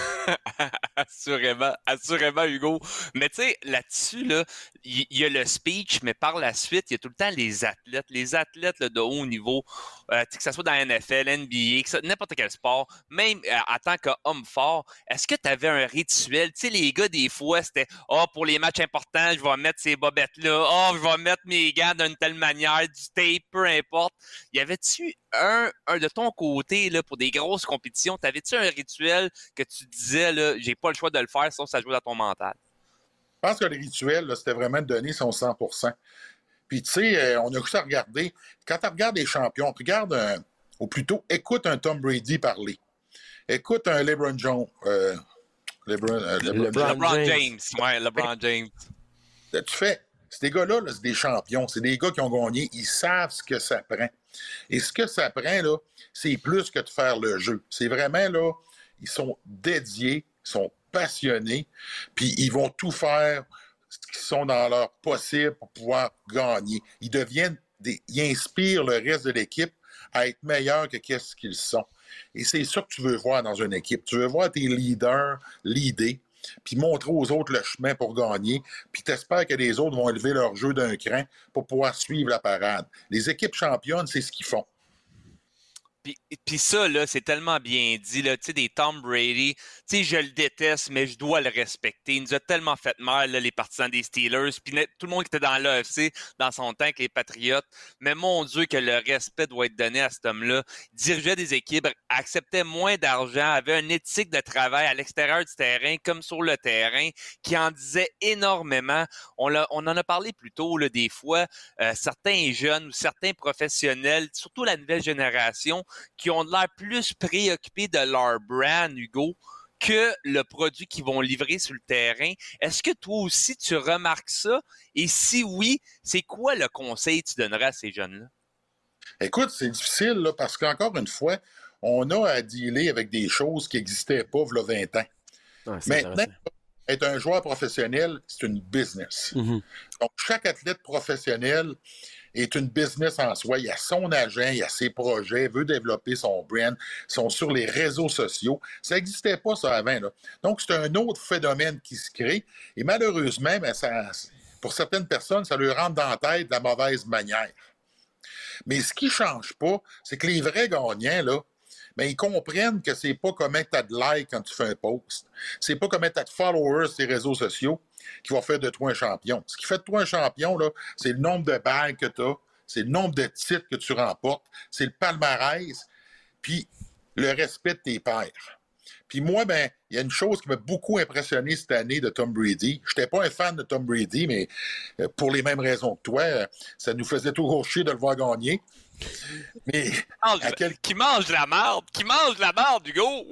assurément, assurément, Hugo. Mais tu sais, là-dessus, là, il y, y a le speech, mais par la suite, il y a tout le temps les athlètes. Les athlètes là, de haut niveau, euh, que ce soit dans la N F L, N B A, que ça, n'importe quel sport, même euh, en tant qu'homme fort, est-ce que tu avais un rituel? Tu sais, les gars, des fois, c'était « Ah, oh, pour les matchs importants, je vais mettre ces bobettes-là. Ah, oh, je vais mettre mes gants d'une telle manière, du tape, peu importe. » Y avait-tu un, un de ton côté, là, pour des grosses compétitions, t'avais-tu un rituel que tu disais, là, j'ai pas le choix de le faire, sinon ça joue dans ton mental? Je pense que le rituel, là, c'était vraiment de donner son cent pour cent. Puis, tu sais, on a juste à regarder. Quand tu regardes les champions, regarde, un, ou plutôt, écoute un Tom Brady parler. Écoute un LeBron James, euh, LeBron, euh, LeBron, LeBron James. LeBron James. James. Ouais, LeBron James. Là, tu fais, ces gars-là, là, c'est des champions, c'est des gars qui ont gagné, ils savent ce que ça prend. Et ce que ça prend, là, c'est plus que de faire le jeu. C'est vraiment, là, ils sont dédiés, ils sont passionnés, puis ils vont tout faire ce qui sont dans leur possible pour pouvoir gagner. Ils deviennent, des, ils inspirent le reste de l'équipe à être meilleurs que qu'est-ce qu'ils sont. Et c'est ça que tu veux voir dans une équipe. Tu veux voir tes leaders leader, puis montrer aux autres le chemin pour gagner, puis t'espères que les autres vont élever leur jeu d'un cran pour pouvoir suivre la parade. Les équipes championnes, c'est ce qu'ils font. Puis, puis ça, là, c'est tellement bien dit, là, tu sais, des Tom Brady, tu sais, je le déteste, mais je dois le respecter. Il nous a tellement fait mal, là, les partisans des Steelers, puis tout le monde qui était dans l'A F C, dans son temps avec les Patriotes. Mais mon Dieu, que le respect doit être donné à cet homme-là. Il dirigeait des équipes, acceptait moins d'argent, avait une éthique de travail à l'extérieur du terrain comme sur le terrain, qui en disait énormément. On, l'a, on en a parlé plus tôt, là, des fois, euh, certains jeunes ou certains professionnels, surtout la nouvelle génération, qui ont l'air plus préoccupés de leur brand, Hugo, que le produit qu'ils vont livrer sur le terrain. Est-ce que toi aussi, tu remarques ça? Et si oui, c'est quoi le conseil que tu donnerais à ces jeunes-là? Écoute, c'est difficile, là, parce qu'encore une fois, on a à dealer avec des choses qui n'existaient pas il y a vingt ans. Ah, Maintenant, être un joueur professionnel, c'est une business. Mm-hmm. Donc, chaque athlète professionnel est une business en soi. Il a son agent, il a ses projets, il veut développer son brand, ils sont sur les réseaux sociaux. Ça n'existait pas, ça, avant. Là. Donc, c'est un autre phénomène qui se crée. Et malheureusement, ben, ça, pour certaines personnes, ça leur rentre dans la tête de la mauvaise manière. Mais ce qui ne change pas, c'est que les vrais gagnants, là, ben, ils comprennent que c'est pas comment tu as de likes quand tu fais un post. C'est pas comment tu as de followers sur les réseaux sociaux qui va faire de toi un champion. Ce qui fait de toi un champion, là, c'est le nombre de bagues que tu as, c'est le nombre de titres que tu remportes, c'est le palmarès, puis le respect de tes pairs. Puis moi, ben, il y a une chose qui m'a beaucoup impressionné cette année de Tom Brady. Je n'étais pas un fan de Tom Brady, mais pour les mêmes raisons que toi, ça nous faisait toujours chier de le voir gagner. Mais mange, quel... qui mange la marde, qui mange la marde, Hugo!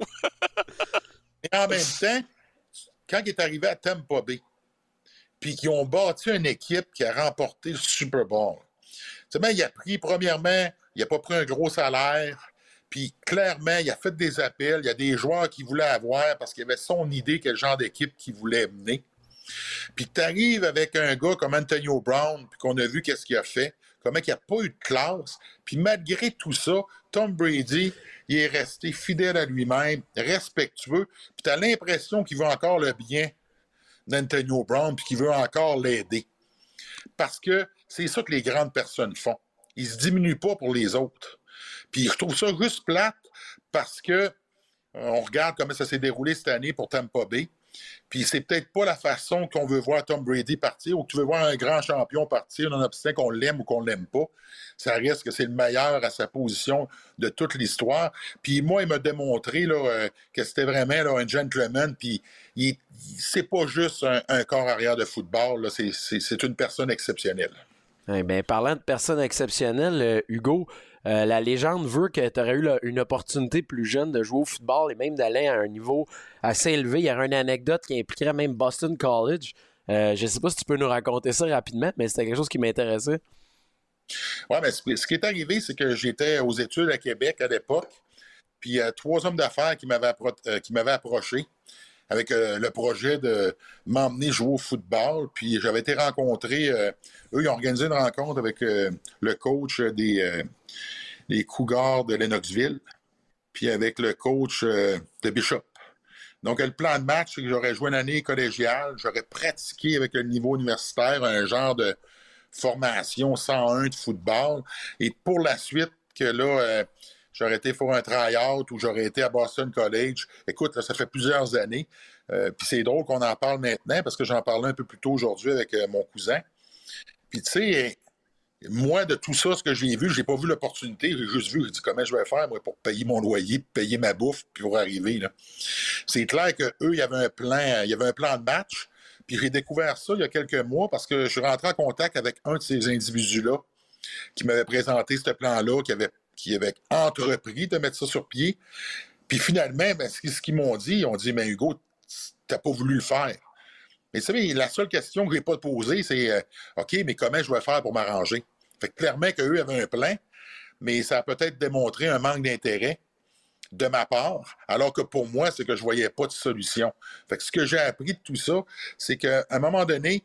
Mais en même temps, quand il est arrivé à Tampa Bay, puis qu'ils ont bâti une équipe qui a remporté le Super Bowl, tu sais, il a pris, premièrement, il n'a pas pris un gros salaire, puis clairement, il a fait des appels, il y a des joueurs qu'il voulait avoir parce qu'il avait son idée quel genre d'équipe qu'il voulait mener. Puis tu arrives avec un gars comme Antonio Brown, puis qu'on a vu qu'est-ce qu'il a fait, comment il n'y a pas eu de classe. Puis malgré tout ça, Tom Brady, il est resté fidèle à lui-même, respectueux. Puis tu as l'impression qu'il veut encore le bien d'Antonio Brown, puis qu'il veut encore l'aider. Parce que c'est ça que les grandes personnes font. Ils ne se diminuent pas pour les autres. Puis je trouve ça juste plate parce que euh, on regarde comment ça s'est déroulé cette année pour Tampa Bay. Puis c'est peut-être pas la façon qu'on veut voir Tom Brady partir ou que tu veux voir un grand champion partir, nonobstant qu'on l'aime ou qu'on l'aime pas. Ça reste que c'est le meilleur à sa position de toute l'histoire. Puis moi, il m'a démontré là, euh, que c'était vraiment là, un gentleman. Puis il, il, c'est pas juste un, un corps arrière de football. Là, c'est, c'est, c'est une personne exceptionnelle. Eh bien, parlant de personnes exceptionnelles, euh, Hugo, euh, la légende veut que tu aurais eu là, une opportunité plus jeune de jouer au football et même d'aller à un niveau assez élevé. Il y aurait une anecdote qui impliquerait même Boston College. Euh, je ne sais pas si tu peux nous raconter ça rapidement, mais c'était quelque chose qui m'intéressait. Oui, mais ce qui est arrivé, c'est que j'étais aux études à Québec à l'époque, puis il y a trois hommes d'affaires qui m'avaient, appro- euh, qui m'avaient approché avec euh, le projet de m'emmener jouer au football. Puis j'avais été rencontré, euh, eux, ils ont organisé une rencontre avec euh, le coach des, euh, des Cougars de Lennoxville, puis avec le coach euh, de Bishop. Donc, le plan de match, c'est que j'aurais joué une année collégiale, j'aurais pratiqué avec le niveau universitaire un genre de formation cent un de football. Et pour la suite, que là, euh, j'aurais été pour un try-out ou j'aurais été à Boston College. Écoute, là, ça fait plusieurs années. Euh, puis c'est drôle qu'on en parle maintenant parce que j'en parlais un peu plus tôt aujourd'hui avec euh, mon cousin. Puis tu sais, moi, de tout ça, ce que j'ai vu, j'ai pas vu l'opportunité. J'ai juste vu, j'ai dit comment je vais faire, moi, pour payer mon loyer, payer ma bouffe, puis pour arriver, là. C'est clair qu'eux, il y avait un plan, il y avait un plan de match. Puis j'ai découvert ça il y a quelques mois parce que je suis rentré en contact avec un de ces individus-là qui m'avait présenté ce plan-là, qui avait, qui avait entrepris de mettre ça sur pied. Puis finalement, ben, ce qu'ils m'ont dit, ils ont dit, mais Hugo, t'as pas voulu le faire. Mais tu sais, la seule question que j'ai pas posée, c'est euh, OK, mais comment je vais faire pour m'arranger? Fait que clairement qu'eux avaient un plan, mais ça a peut-être démontré un manque d'intérêt de ma part, alors que pour moi, c'est que je voyais pas de solution. Fait que ce que j'ai appris de tout ça, c'est qu'à un moment donné,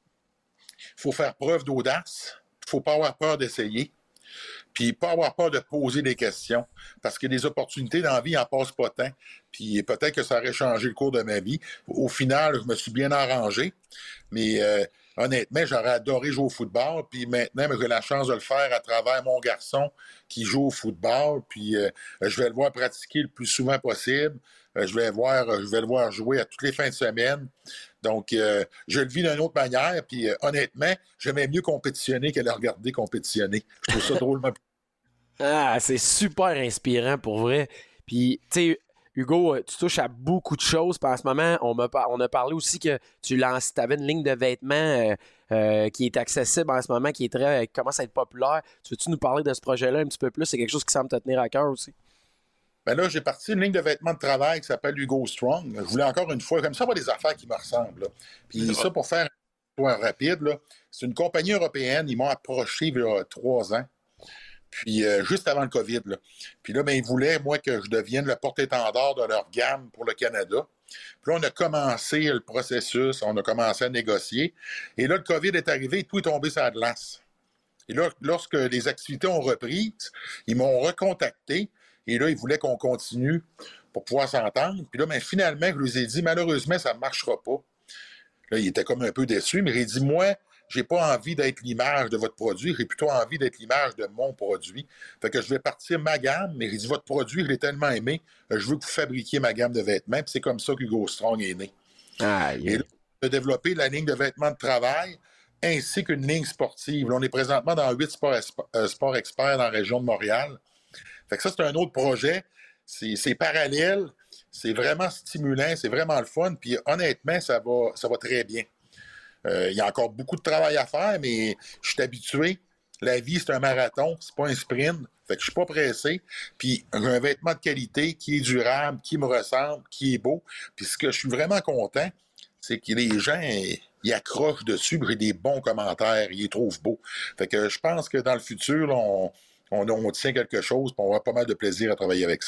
il faut faire preuve d'audace, il faut pas avoir peur d'essayer, puis pas avoir peur de poser des questions, parce que des opportunités dans la vie, il n'en passe pas tant, puis peut-être que ça aurait changé le cours de ma vie. Au final, je me suis bien arrangé, mais euh, honnêtement, j'aurais adoré jouer au football, puis maintenant, j'ai la chance de le faire à travers mon garçon qui joue au football, puis euh, je vais le voir pratiquer le plus souvent possible, euh, je vais, voir, je vais le voir jouer à toutes les fins de semaine. Donc, euh, je le vis d'une autre manière, puis euh, honnêtement, j'aimais mieux compétitionner que le regarder compétitionner. Je trouve ça drôlement. Ah, c'est super inspirant pour vrai. Puis, tu sais, Hugo, tu touches à beaucoup de choses. Puis en ce moment, on, m'a, on a parlé aussi que tu lances, avais une ligne de vêtements euh, euh, qui est accessible en ce moment, qui est très, qui commence à être populaire. Tu veux-tu nous parler de ce projet-là un petit peu plus? C'est quelque chose qui semble te tenir à cœur aussi. Ben là, j'ai parti une ligne de vêtements de travail qui s'appelle Hugo Strong. Je voulais encore une fois, comme ça, avoir des affaires qui me ressemblent. Là. Puis ça, pour faire une histoire rapide, là, c'est une compagnie européenne. Ils m'ont approché il y a trois ans. Puis euh, juste avant le COVID. Là. Puis là, ben, ils voulaient, moi, que je devienne le porte-étendard de leur gamme pour le Canada. Puis là, on a commencé le processus, on a commencé à négocier. Et là, le COVID est arrivé et tout est tombé sur la glace. Et là, lorsque les activités ont repris, ils m'ont recontacté. Et là, ils voulaient qu'on continue pour pouvoir s'entendre. Puis là, ben, finalement, je lui ai dit, malheureusement, ça ne marchera pas. Là, il était comme un peu déçu, mais il a dit, moi, j'ai pas envie d'être l'image de votre produit, j'ai plutôt envie d'être l'image de mon produit. Fait que je vais partir ma gamme, mais il dit, votre produit, je l'ai tellement aimé, je veux que vous fabriquiez ma gamme de vêtements. Puis c'est comme ça qu'Hugo Strong est né. Ah, yeah. Et là, on a développé la ligne de vêtements de travail ainsi qu'une ligne sportive. Là, on est présentement dans huit sports, euh, sports experts dans la région de Montréal. Fait que ça, c'est un autre projet. C'est, c'est parallèle. C'est vraiment stimulant. C'est vraiment le fun. Puis honnêtement, ça va, ça va très bien. Euh, il y a encore beaucoup de travail à faire, mais je suis habitué. La vie, c'est un marathon. C'est pas un sprint. Fait que je suis pas pressé. Puis j'ai un vêtement de qualité qui est durable, qui me ressemble, qui est beau. Puis ce que je suis vraiment content, c'est que les gens, ils accrochent dessus. J'ai des bons commentaires. Ils les trouvent beaux. Fait que je pense que dans le futur, là, on... On, on tient quelque chose, puis on va avoir pas mal de plaisir à travailler avec ça.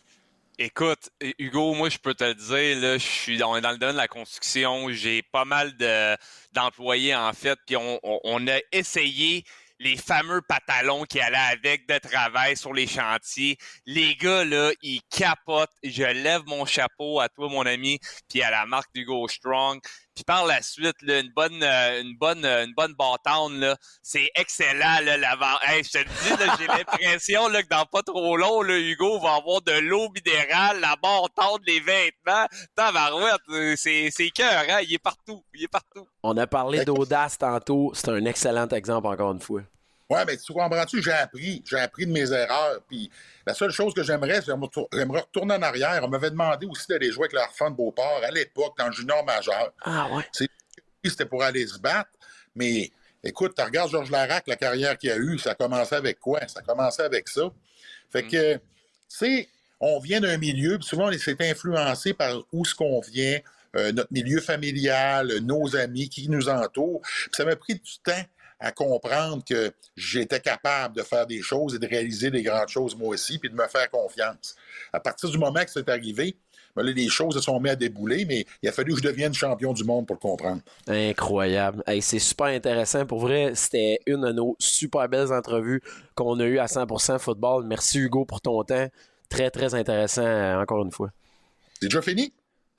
Écoute, Hugo, moi, je peux te le dire, là, je suis on est dans le domaine de la construction, j'ai pas mal de, d'employés, en fait, puis on, on, on a essayé les fameux pantalons qui allaient avec de travail sur les chantiers. Les gars, là, ils capotent. Je lève mon chapeau à toi, mon ami, puis à la marque d'Hugo Strong. Puis par la suite, là, une bonne, euh, une bonne, euh, une bonne bâtonne, là, c'est excellent, là, l'avant. Hey, je te le dis, là, j'ai l'impression, là, que dans pas trop long, là, Hugo va avoir de l'eau minérale, la bâtonne, les vêtements. Tabarouette, c'est, c'est cœur, hein? Il est partout. Il est partout. On a parlé d'audace tantôt. C'est un excellent exemple, encore une fois. Oui, mais tu comprends-tu, j'ai appris. J'ai appris de mes erreurs. Puis la seule chose que j'aimerais, c'est j'aimerais retourner en arrière. On m'avait demandé aussi d'aller jouer avec leur fan de Beauport à l'époque, dans le junior majeur. Ah ouais? C'est, c'était pour aller se battre. Mais écoute, tu regardes Georges Larac, la carrière qu'il a eue, ça a commencé avec quoi? Ça a commencé avec ça. Fait que, tu sais, on vient d'un milieu, puis souvent, on s'est influencé par où ce qu'on vient, euh, notre milieu familial, nos amis qui nous entourent. Puis ça m'a pris du temps à comprendre que j'étais capable de faire des choses et de réaliser des grandes choses moi aussi, puis de me faire confiance. À partir du moment que c'est arrivé, ben là, les choses se sont mises à débouler, mais il a fallu que je devienne champion du monde pour le comprendre. Incroyable. Hey, c'est super intéressant. Pour vrai, c'était une de nos super belles entrevues qu'on a eues à cent pour cent football. Merci Hugo pour ton temps. Très, très intéressant, euh, encore une fois. C'est déjà fini?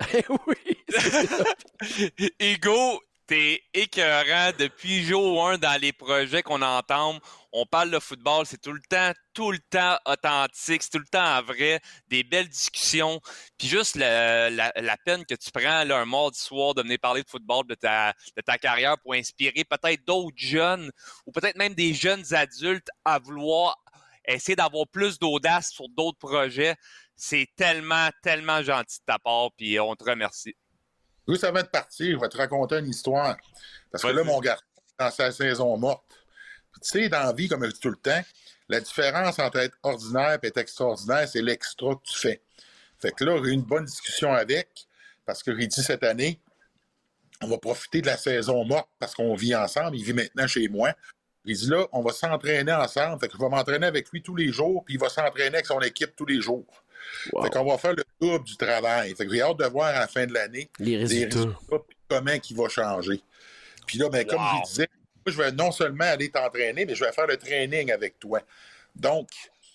Oui! Hugo, t'es écœurant depuis jour un dans les projets qu'on entend. On parle de football, c'est tout le temps, tout le temps authentique, c'est tout le temps vrai, des belles discussions. Puis juste la, la, la peine que tu prends là, un mardi soir de venir parler de football, de ta, de ta carrière pour inspirer peut-être d'autres jeunes ou peut-être même des jeunes adultes à vouloir essayer d'avoir plus d'audace sur d'autres projets. C'est tellement, tellement gentil de ta part, puis on te remercie. Juste avant de partir, je vais te raconter une histoire. Parce que là, mon garçon, dans sa saison morte, tu sais, dans la vie, comme je dis tout le temps, la différence entre être ordinaire et être extraordinaire, c'est l'extra que tu fais. Fait que là, j'ai eu une bonne discussion avec. parce que j'ai dit cette année, on va profiter de la saison morte parce qu'on vit ensemble. Il vit maintenant chez moi. Il dit là, on va s'entraîner ensemble. Fait que je vais m'entraîner avec lui tous les jours, puis il va s'entraîner avec son équipe tous les jours. Wow. Fait qu'on va faire le double du travail. Fait que j'ai hâte de voir à la fin de l'année les résultats, résultats puis comment il va changer. Puis là, ben, wow. comme je disais, moi, je vais non seulement aller t'entraîner, mais je vais faire le training avec toi. Donc,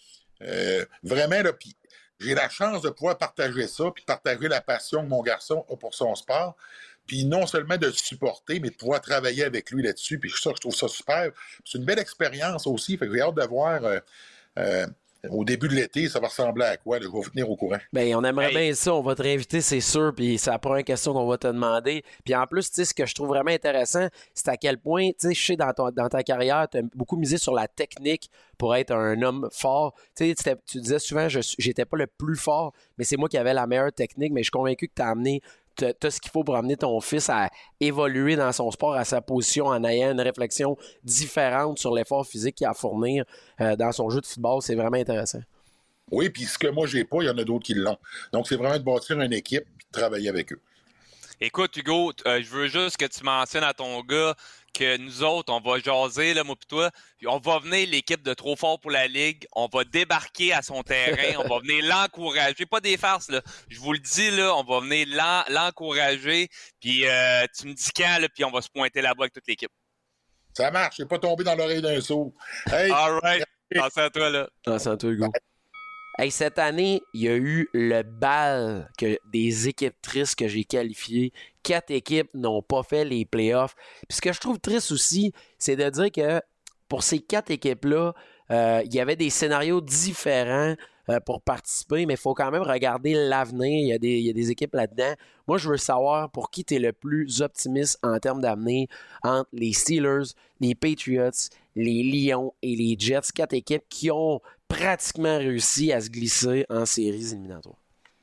euh, vraiment, là, puis j'ai la chance de pouvoir partager ça, puis partager la passion que mon garçon a pour son sport. Puis non seulement de le supporter, mais de pouvoir travailler avec lui là-dessus. Puis ça, je trouve ça super. C'est une belle expérience aussi. Fait que j'ai hâte de voir euh, euh, au début de l'été, ça va ressembler à quoi. Là, je vais vous tenir au courant. Bien, on aimerait hey. bien ça. On va te réinviter, c'est sûr. Puis c'est la première question qu'on va te demander. Puis en plus, tu sais, ce que je trouve vraiment intéressant, c'est à quel point, tu sais, je sais, dans, ton, dans ta carrière, tu as beaucoup misé sur la technique pour être un homme fort. Tu sais, tu disais souvent, je j'étais pas le plus fort, mais c'est moi qui avais la meilleure technique. Mais je suis convaincu que tu as amené tu as ce qu'il faut pour amener ton fils à évoluer dans son sport, à sa position, en ayant une réflexion différente sur l'effort physique qu'il a à fournir euh, dans son jeu de football. C'est vraiment intéressant. Oui, puis ce que moi, j'ai pas, il y en a d'autres qui l'ont. Donc, c'est vraiment de bâtir une équipe et de travailler avec eux. Écoute, Hugo, euh, je veux juste que tu mentionnes à ton gars que nous autres, on va jaser, là, moi pis toi, puis on va venir l'équipe de Trop Fort pour la Ligue, on va débarquer à son terrain, on va venir l'encourager, pas des farces, là, je vous le dis, là, on va venir l'en, l'encourager, puis euh, tu me dis quand, là, puis on va se pointer là-bas avec toute l'équipe. Ça marche, c'est pas tombé dans l'oreille d'un sourd. Hey! All right, pense à toi, là. Pense à toi, Hugo. Bye. Hey, cette année, il y a eu le bal que des équipes tristes que j'ai qualifiées. Quatre équipes n'ont pas fait les playoffs. Puis ce que je trouve triste aussi, c'est de dire que pour ces quatre équipes-là, euh, il y avait des scénarios différents euh, pour participer, mais il faut quand même regarder l'avenir. Il y a des, il y a des équipes là-dedans. Moi, je veux savoir pour qui tu es le plus optimiste en termes d'avenir entre les Steelers, les Patriots, les Lions et les Jets. Quatre équipes qui ont pratiquement réussi à se glisser en séries éliminatoires.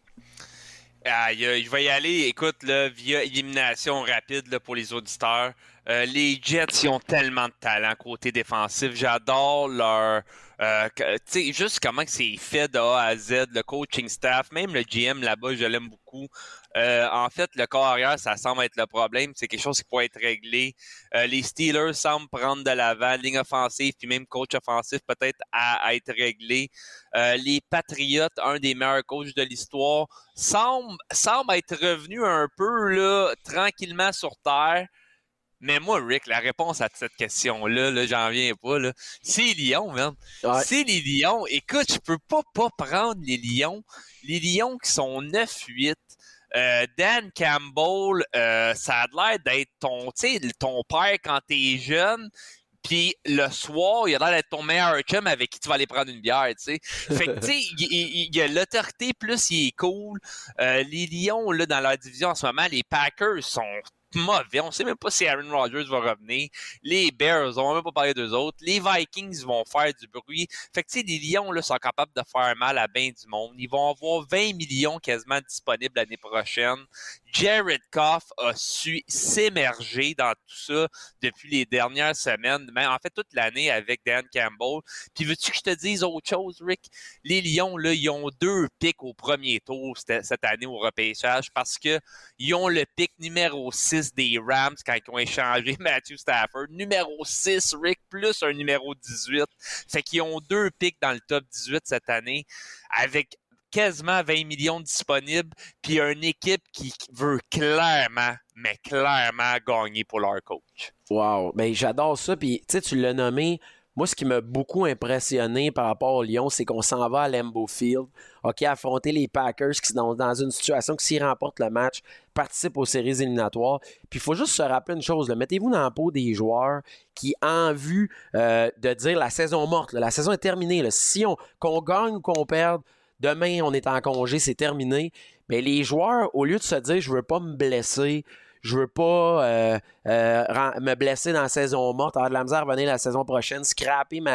Ah, je vais y aller, écoute, là, via élimination rapide là, pour les auditeurs. Euh, les Jets, ils ont tellement de talent côté défensif. J'adore leur... Euh, tu sais, juste comment c'est fait de A à Z, le coaching staff, même le G M là-bas, je l'aime beaucoup. Euh, en fait, le corps arrière, ça semble être le problème. C'est quelque chose qui pourrait être réglé. Euh, les Steelers semblent prendre de l'avant, ligne offensive, puis même coach offensif peut-être à, à être réglé. Euh, les Patriots, un des meilleurs coachs de l'histoire, semble, semble être revenu un peu là, tranquillement sur terre. Mais moi, Rick, la réponse à cette question-là, là, j'en viens pas, là, c'est les Lions, man. Ouais. C'est les Lions. Écoute, je peux pas pas prendre les Lions. Les Lions qui sont neuf huit. Euh, Dan Campbell, euh, ça a l'air d'être ton, ton père quand t'es jeune. Puis le soir, il a l'air d'être ton meilleur chum avec qui tu vas aller prendre une bière, tu sais. Fait que, tu sais, il, il, il y a l'autorité, plus il est cool. Euh, les Lions, là, dans leur division en ce moment, les Packers sont mauvais. On sait même pas si Aaron Rodgers va revenir. Les Bears, on va même pas parler d'eux autres. Les Vikings vont faire du bruit. Fait que, tu sais, les Lions, là, sont capables de faire mal à bien du monde. Ils vont avoir vingt millions quasiment disponibles l'année prochaine. Jared Goff a su s'émerger dans tout ça depuis les dernières semaines, mais en fait toute l'année avec Dan Campbell. Puis veux-tu que je te dise autre chose, Rick? Les Lions, là, ils ont deux pics au premier tour cette année au repêchage parce que ils ont le pic numéro six des Rams quand ils ont échangé Matthew Stafford. Numéro six, Rick, plus un numéro dix-huit. Fait qu'ils ont deux pics dans le top dix-huit cette année avec quasiment vingt millions disponibles, puis une équipe qui veut clairement, mais clairement gagner pour leur coach. Wow! Ben, j'adore ça, puis tu sais, tu l'as nommé. Moi, ce qui m'a beaucoup impressionné par rapport au Lions, c'est qu'on s'en va à Lambeau Field, OK, affronter les Packers qui sont dans une situation que s'ils remportent le match, participent aux séries éliminatoires. Puis il faut juste se rappeler une chose, là, mettez-vous dans la peau des joueurs qui, en vue euh, de dire la saison morte, là, la saison est terminée, là, si on qu'on gagne ou qu'on perde, demain, on est en congé, c'est terminé. Mais les joueurs, au lieu de se dire « je veux pas me blesser, je veux pas euh, euh, me blesser dans la saison morte, avoir de la misère à revenir la saison prochaine, scraper ma,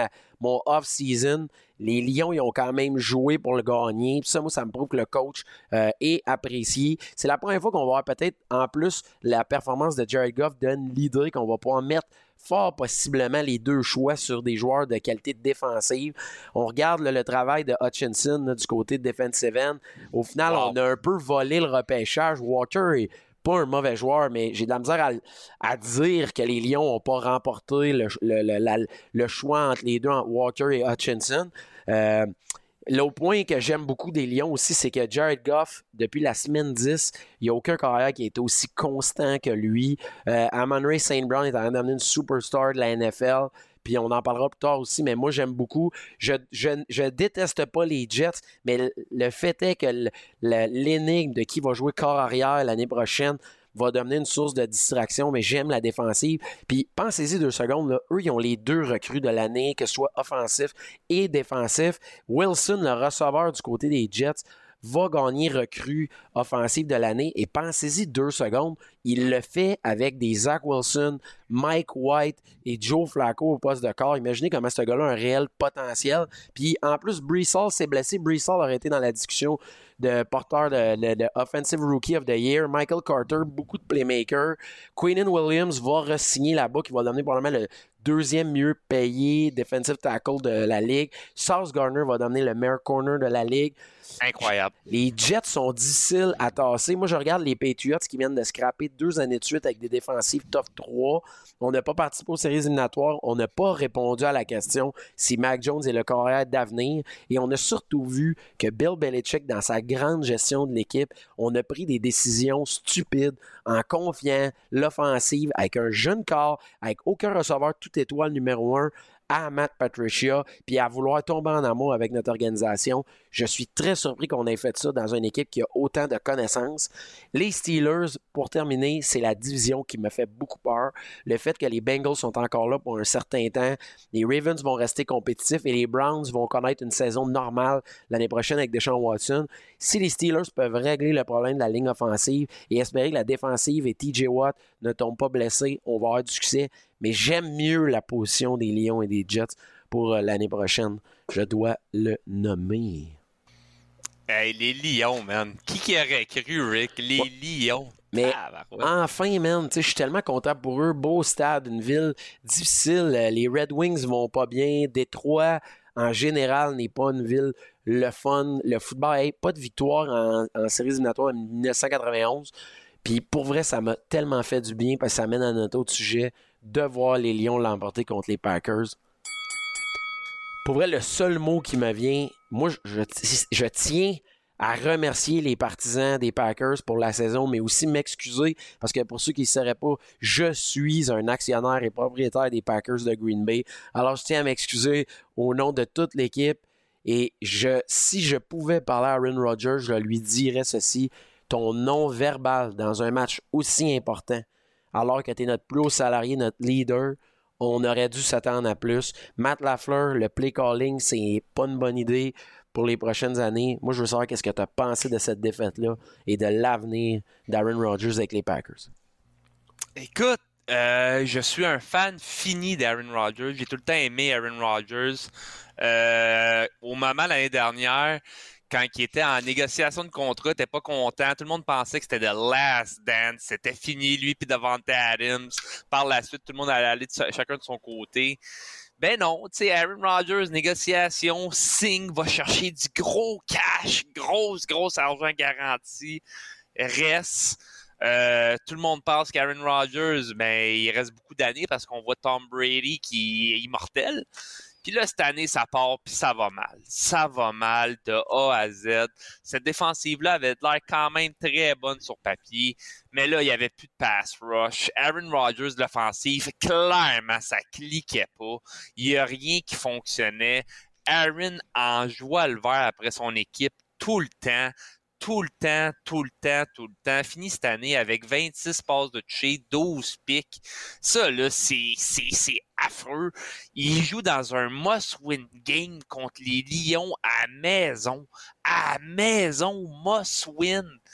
mon off-season. Les Lions, ils ont quand même joué pour le gagner. Puis ça, moi, ça me prouve que le coach euh, est apprécié. C'est la première fois qu'on va voir peut-être, en plus, la performance de Jared Goff donne l'idée qu'on va pouvoir mettre fort possiblement les deux choix sur des joueurs de qualité défensive. On regarde là, le travail de Hutchinson là, du côté de defensive end. Au final, wow. on a un peu volé le repêchage. Walker est pas un mauvais joueur, mais j'ai de la misère à, à dire que les Lions n'ont pas remporté le, le, le, la, le choix entre les deux, entre Walker et Hutchinson. Euh, L'autre point que j'aime beaucoup des Lions aussi, c'est que Jared Goff, depuis la semaine dix, il n'y a aucun carrière qui est aussi constant que lui. Euh, Amon-Ra Saint Brown est en train d'amener une superstar de la N F L. Puis on en parlera plus tard aussi, mais moi, j'aime beaucoup. Je, je, je déteste pas les Jets, mais le, le fait est que le, le, l'énigme de qui va jouer corps arrière l'année prochaine va devenir une source de distraction, mais j'aime la défensive. Puis pensez-y deux secondes, là, eux, ils ont les deux recrues de l'année, que ce soit offensif et défensif. Wilson, le receveur du côté des Jets, va gagner recrue offensive de l'année. Et pensez-y deux secondes, il le fait avec des Zach Wilson, Mike White et Joe Flacco au poste de corps. Imaginez comment ce gars-là a un réel potentiel. Puis en plus, Breece Hall s'est blessé. Breece Hall aurait été dans la discussion de porteur de, de, de Offensive Rookie of the Year. Michael Carter, beaucoup de playmakers. Quinnen Williams va re-signer là-bas, qui va donner probablement le deuxième mieux payé defensive tackle de la Ligue. Sauce Gardner va donner le meilleur corner de la Ligue. Incroyable. Les Jets sont difficiles à tasser. Moi, je regarde les Patriots qui viennent de scraper deux années de suite avec des défensives top trois. On n'a pas participé aux séries éliminatoires. On n'a pas répondu à la question si Mac Jones est le carrière d'avenir. Et on a surtout vu que Bill Belichick, dans sa grande gestion de l'équipe, on a pris des décisions stupides en confiant l'offensive avec un jeune corps, avec aucun receveur tout étoile numéro un, à Matt Patricia, puis à vouloir tomber en amour avec notre organisation. Je suis très surpris qu'on ait fait ça dans une équipe qui a autant de connaissances. Les Steelers, pour terminer, c'est la division qui me fait beaucoup peur. Le fait que les Bengals sont encore là pour un certain temps, les Ravens vont rester compétitifs et les Browns vont connaître une saison normale l'année prochaine avec Deshaun Watson. Si les Steelers peuvent régler le problème de la ligne offensive et espérer que la défensive et T J Watt ne tombent pas blessés, on va avoir du succès. Mais j'aime mieux la position des Lions et des Jets pour euh, l'année prochaine. Je dois le nommer. Hey, les Lions, man. Qui qui aurait cru, Rick? Les ouais. Lions. Mais ah, bah ouais. enfin, man, je suis tellement content pour eux. Beau stade, une ville difficile. Les Red Wings vont pas bien. Détroit, en général, n'est pas une ville le fun. Le football, hey, pas de victoire en, en séries éliminatoires en dix-neuf cent quatre-vingt-onze. Puis pour vrai, ça m'a tellement fait du bien parce que ça mène à notre autre sujet de voir les Lions l'emporter contre les Packers. Pour vrai, le seul mot qui me vient, moi, je, je, je tiens à remercier les partisans des Packers pour la saison, mais aussi m'excuser, parce que pour ceux qui ne sauraient pas, je suis un actionnaire et propriétaire des Packers de Green Bay. Alors, je tiens à m'excuser au nom de toute l'équipe. Et je, si je pouvais parler à Aaron Rodgers, je lui dirais ceci: ton nom verbal dans un match aussi important, alors que tu es notre plus haut salarié, notre leader, on aurait dû s'attendre à plus. Matt LaFleur, le play calling, c'est pas une bonne idée pour les prochaines années. Moi, je veux savoir qu'est-ce que tu as pensé de cette défaite-là et de l'avenir d'Aaron Rodgers avec les Packers. Écoute, euh, je suis un fan fini d'Aaron Rodgers. J'ai tout le temps aimé Aaron Rodgers. Euh, au moment l'année dernière, quand il était en négociation de contrat, il n'était pas content. Tout le monde pensait que c'était the last dance. C'était fini, lui puis Davante Adams. Par la suite, tout le monde allait aller de chacun de son côté. Ben non, tu sais, Aaron Rodgers, négociation, signe, va chercher du gros cash, grosse, grosse argent garanti, reste. Euh, tout le monde pense qu'Aaron Rodgers, ben, il reste beaucoup d'années parce qu'on voit Tom Brady qui est immortel. Puis là, cette année, ça part, puis ça va mal. Ça va mal de A à Z. Cette défensive-là avait l'air quand même très bonne sur papier, mais là, il n'y avait plus de pass rush. Aaron Rodgers, l'offensive, clairement, ça cliquait pas. Il n'y a rien qui fonctionnait. Aaron en joie le vert après son équipe tout le temps. Tout le temps, tout le temps, tout le temps. Fini cette année avec vingt-six passes de toucher, douze pics. Ça, là, c'est, c'est, c'est affreux. Il joue dans un must-win game contre les Lions à maison. À maison, must-win.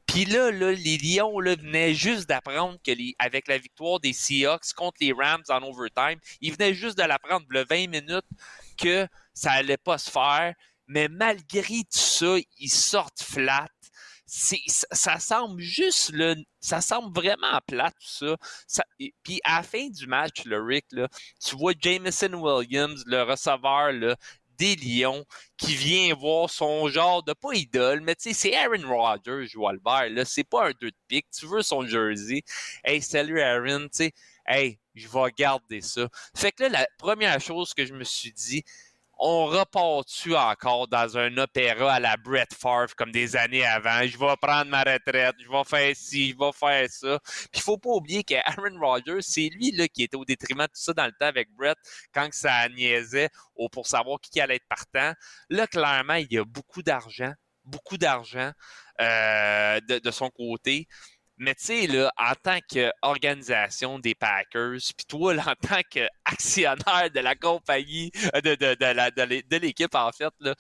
Puis là, là, les Lions là, venaient juste d'apprendre que les, avec la victoire des Seahawks contre les Rams en overtime, ils venaient juste de l'apprendre le vingt minutes que ça allait pas se faire. Mais malgré tout ça, ils sortent flat. C'est, ça, ça semble juste, là, ça semble vraiment plat, tout ça. ça Puis à la fin du match, le Rick, là, tu vois Jameson Williams, le receveur là, des Lions, qui vient voir son genre de, pas idole, mais tu sais, c'est Aaron Rodgers, je vois le vert, là, c'est pas un deux de pique, tu veux son jersey. Hey, salut Aaron, tu sais, hey, je vais garder ça. Fait que là, la première chose que je me suis dit, on repart-tu encore dans un opéra à la Brett Favre comme des années avant? Je vais prendre ma retraite, je vais faire ci, je vais faire ça. Puis il faut pas oublier qu'Aaron Rodgers, c'est lui là, qui était au détriment de tout ça dans le temps avec Brett quand ça niaisait pour savoir qui allait être partant. Là, clairement, il y a beaucoup d'argent, beaucoup d'argent euh, de, de son côté. Mais tu sais, là, en tant qu'organisation des Packers, puis toi, là, en tant qu'actionnaire de la compagnie, de, de, de, la, de, de l'équipe, en fait, là,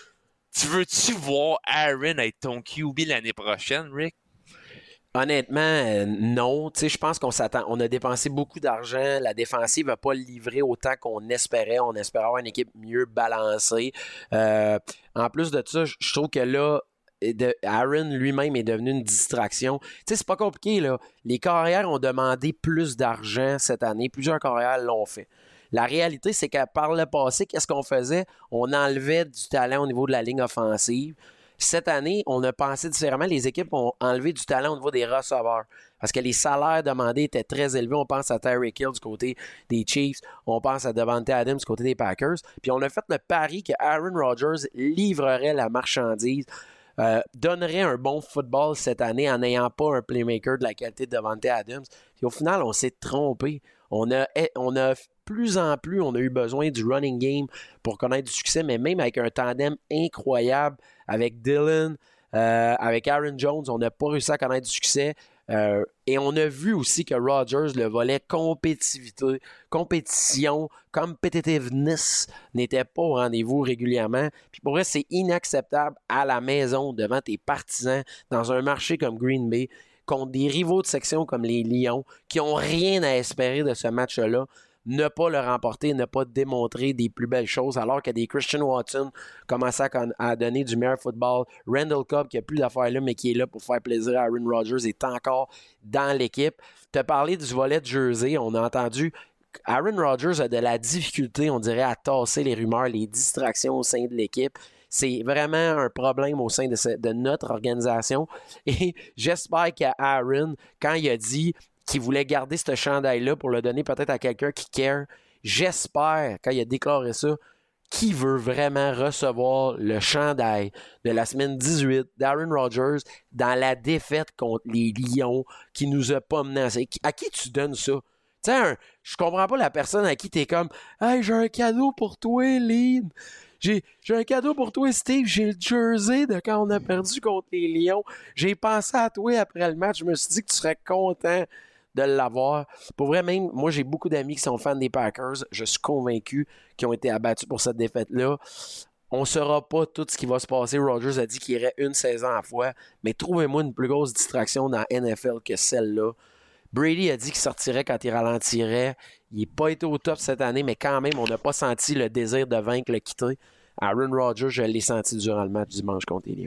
tu veux-tu voir Aaron être ton Q B l'année prochaine, Rick? Honnêtement, euh, non. Tu sais, je pense qu'on s'attend. On a dépensé beaucoup d'argent. La défensive n'a pas livré autant qu'on espérait. On espérait avoir une équipe mieux balancée. Euh, en plus de ça, je trouve que là, de Aaron lui-même est devenu une distraction. Tu sais, c'est pas compliqué, là. Les carrières ont demandé plus d'argent cette année. Plusieurs carrières l'ont fait. La réalité, c'est que par le passé, qu'est-ce qu'on faisait? On enlevait du talent au niveau de la ligne offensive. Cette année, on a pensé différemment. Les équipes ont enlevé du talent au niveau des receveurs parce que les salaires demandés étaient très élevés. On pense à Tyreek Hill du côté des Chiefs. On pense à Davante Adams du côté des Packers. Puis on a fait le pari que Aaron Rodgers livrerait la marchandise. Euh, donnerait un bon football cette année en n'ayant pas un playmaker de la qualité de Davante Adams. Puis au final, on s'est trompé. On a, on a plus en plus, on a eu besoin du running game pour connaître du succès, mais même avec un tandem incroyable avec Dylan, euh, avec Aaron Jones, on n'a pas réussi à connaître du succès. Euh, et on a vu aussi que Rodgers, le volet compétitivité, compétition, competitiveness n'était pas au rendez-vous régulièrement. Puis pour vrai, c'est inacceptable à la maison devant tes partisans dans un marché comme Green Bay contre des rivaux de section comme les Lions qui n'ont rien à espérer de ce match-là. Ne pas le remporter, ne pas démontrer des plus belles choses, alors que des Christian Watson commençaient à, à donner du meilleur football. Randall Cobb, qui n'a plus d'affaires là, mais qui est là pour faire plaisir à Aaron Rodgers, est encore dans l'équipe. Tu as parlé du volet de jersey. On a entendu Aaron Rodgers a de la difficulté, on dirait, à tasser les rumeurs, les distractions au sein de l'équipe. C'est vraiment un problème au sein de, ce, de notre organisation. Et j'espère qu'Aaron, quand il a dit qui voulait garder ce chandail-là pour le donner peut-être à quelqu'un qui care. J'espère, quand il a déclaré ça, qu'il veut vraiment recevoir le chandail de la semaine dix-huit d'Aaron Rodgers dans la défaite contre les Lions qui nous a pas menacés. À qui tu donnes ça? Tu sais, je comprends pas la personne à qui t'es comme « Hey, j'ai un cadeau pour toi, Lynn! J'ai, j'ai un cadeau pour toi, Steve. J'ai le jersey de quand on a perdu contre les Lions. J'ai pensé à toi après le match. Je me suis dit que tu serais content de l'avoir. Pour vrai, même, moi, j'ai beaucoup d'amis qui sont fans des Packers. Je suis convaincu qu'ils ont été abattus pour cette défaite-là. On ne saura pas tout ce qui va se passer. Rodgers a dit qu'il irait une saison à la fois. Mais trouvez-moi une plus grosse distraction dans la N F L que celle-là. Brady a dit qu'il sortirait quand il ralentirait. Il n'est pas été au top cette année, mais quand même, on n'a pas senti le désir de vaincre le quitter. Aaron Rodgers, je l'ai senti durant le match dimanche contre les Lions.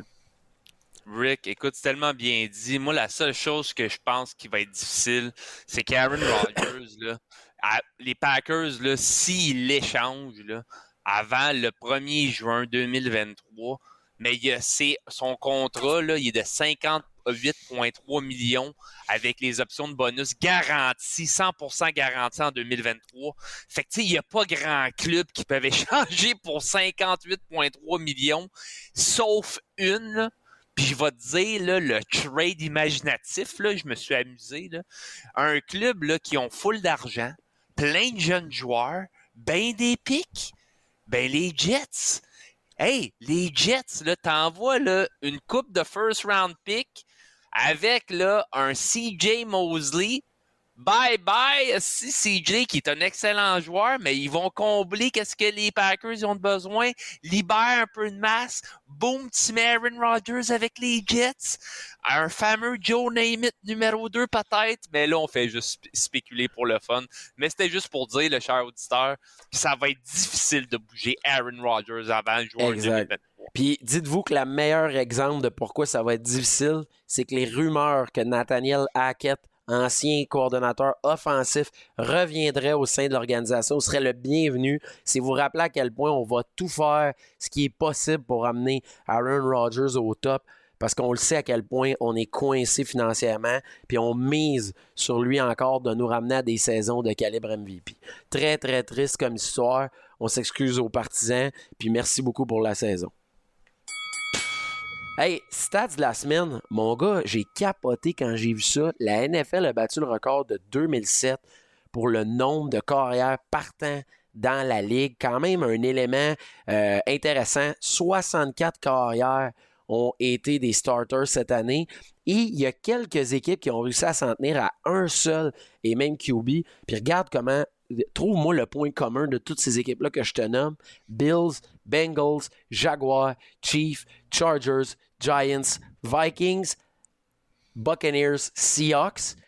Rick, écoute, c'est tellement bien dit. Moi, la seule chose que je pense qui va être difficile, c'est qu'Aaron Rodgers, là, à, les Packers, là, s'ils l'échangent là, avant le premier juin deux mille vingt-trois, mais il a, c'est, son contrat, là, il est de cinquante-huit virgule trois millions avec les options de bonus garanties, cent pour cent garanties en deux mille vingt-trois. Fait que, tu sais, il n'y a pas grand club qui peuvent échanger pour cinquante-huit virgule trois millions, sauf une, là. Puis je vais te dire, là, le trade imaginatif, là, je me suis amusé. Là. Un club là, qui ont full d'argent, plein de jeunes joueurs, ben des pics, ben les Jets. Hey, les Jets, là, t'envoies là, une coupe de first round pick avec là, un C J Mosley, bye bye, si C J qui est un excellent joueur, mais ils vont combler qu'est-ce que les Packers ont besoin, libère un peu de masse, boum, tu mets Aaron Rodgers avec les Jets, un fameux Joe Namath numéro deux peut-être, mais là on fait juste spéculer pour le fun, mais c'était juste pour dire, le cher auditeur, que ça va être difficile de bouger Aaron Rodgers avant le joueur deux mille vingt-trois. Puis dites-vous que le meilleur exemple de pourquoi ça va être difficile, c'est que les rumeurs que Nathaniel Hackett, ancien coordonnateur offensif, reviendrait au sein de l'organisation, serait le bienvenu. C'est vous rappeler à quel point on va tout faire ce qui est possible pour amener Aaron Rodgers au top, parce qu'on le sait à quel point on est coincé financièrement, puis on mise sur lui encore de nous ramener à des saisons de calibre M V P. Très, très triste comme histoire. On s'excuse aux partisans, puis merci beaucoup pour la saison. Hey, stats de la semaine, mon gars, j'ai capoté quand j'ai vu ça. La N F L a battu le record de deux mille sept pour le nombre de carrières partant dans la ligue. Quand même un élément euh, intéressant. soixante-quatre carrières ont été des starters cette année. Et il y a quelques équipes qui ont réussi à s'en tenir à un seul et même Q B. Puis regarde comment... Trouve-moi le point commun de toutes ces équipes-là que je te nomme. Bills, Bengals, Jaguars, Chiefs, Chargers, Giants, Vikings, Buccaneers, Seahawks.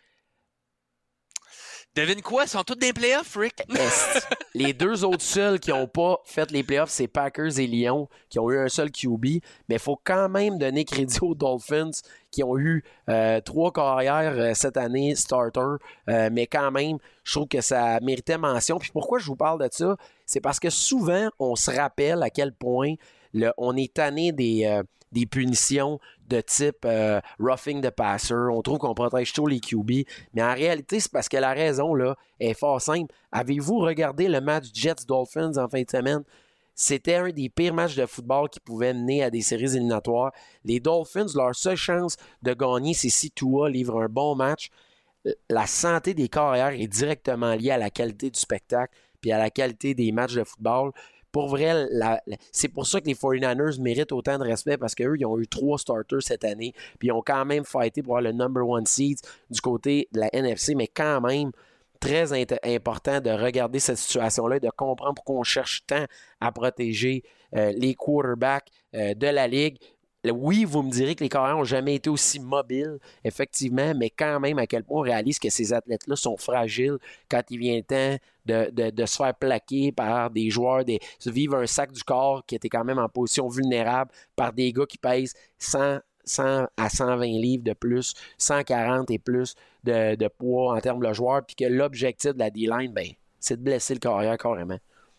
Devine quoi? Ils sont tous des playoffs, Rick? Les deux autres seuls qui n'ont pas fait les playoffs, c'est Packers et Lions, qui ont eu un seul Q B. Mais il faut quand même donner crédit aux Dolphins, qui ont eu euh, trois carrières euh, cette année, starter. Euh, mais quand même, je trouve que ça méritait mention. Puis pourquoi je vous parle de ça? C'est parce que souvent, on se rappelle à quel point le, on est tanné des... Euh, des punitions de type euh, roughing the passer. On trouve qu'on protège tous les Q B. Mais en réalité, c'est parce que la raison là, est fort simple. Avez-vous regardé le match Jets-Dolphins en fin de semaine? C'était un des pires matchs de football qui pouvaient mener à des séries éliminatoires. Les Dolphins, leur seule chance de gagner, c'est si Tua livre un bon match. La santé des carrières est directement liée à la qualité du spectacle puis à la qualité des matchs de football. Pour vrai, la, la, c'est pour ça que les forty-niners méritent autant de respect, parce qu'eux, ils ont eu trois starters cette année, puis ils ont quand même fighté pour avoir le number one seed du côté de la N F C, mais quand même, très int- important de regarder cette situation-là et de comprendre pourquoi on cherche tant à protéger euh, les quarterbacks euh, de la Ligue. Oui, vous me direz que les carrières n'ont jamais été aussi mobiles, effectivement, mais quand même, à quel point on réalise que ces athlètes-là sont fragiles quand il vient le temps de, de, de se faire plaquer par des joueurs, des, de vivre un sac du corps qui était quand même en position vulnérable par des gars qui pèsent cent, cent à cent vingt livres de plus, cent quarante et plus de, de poids en termes de joueur, puis que l'objectif de la D-line, ben, c'est de blesser le carrière carrément.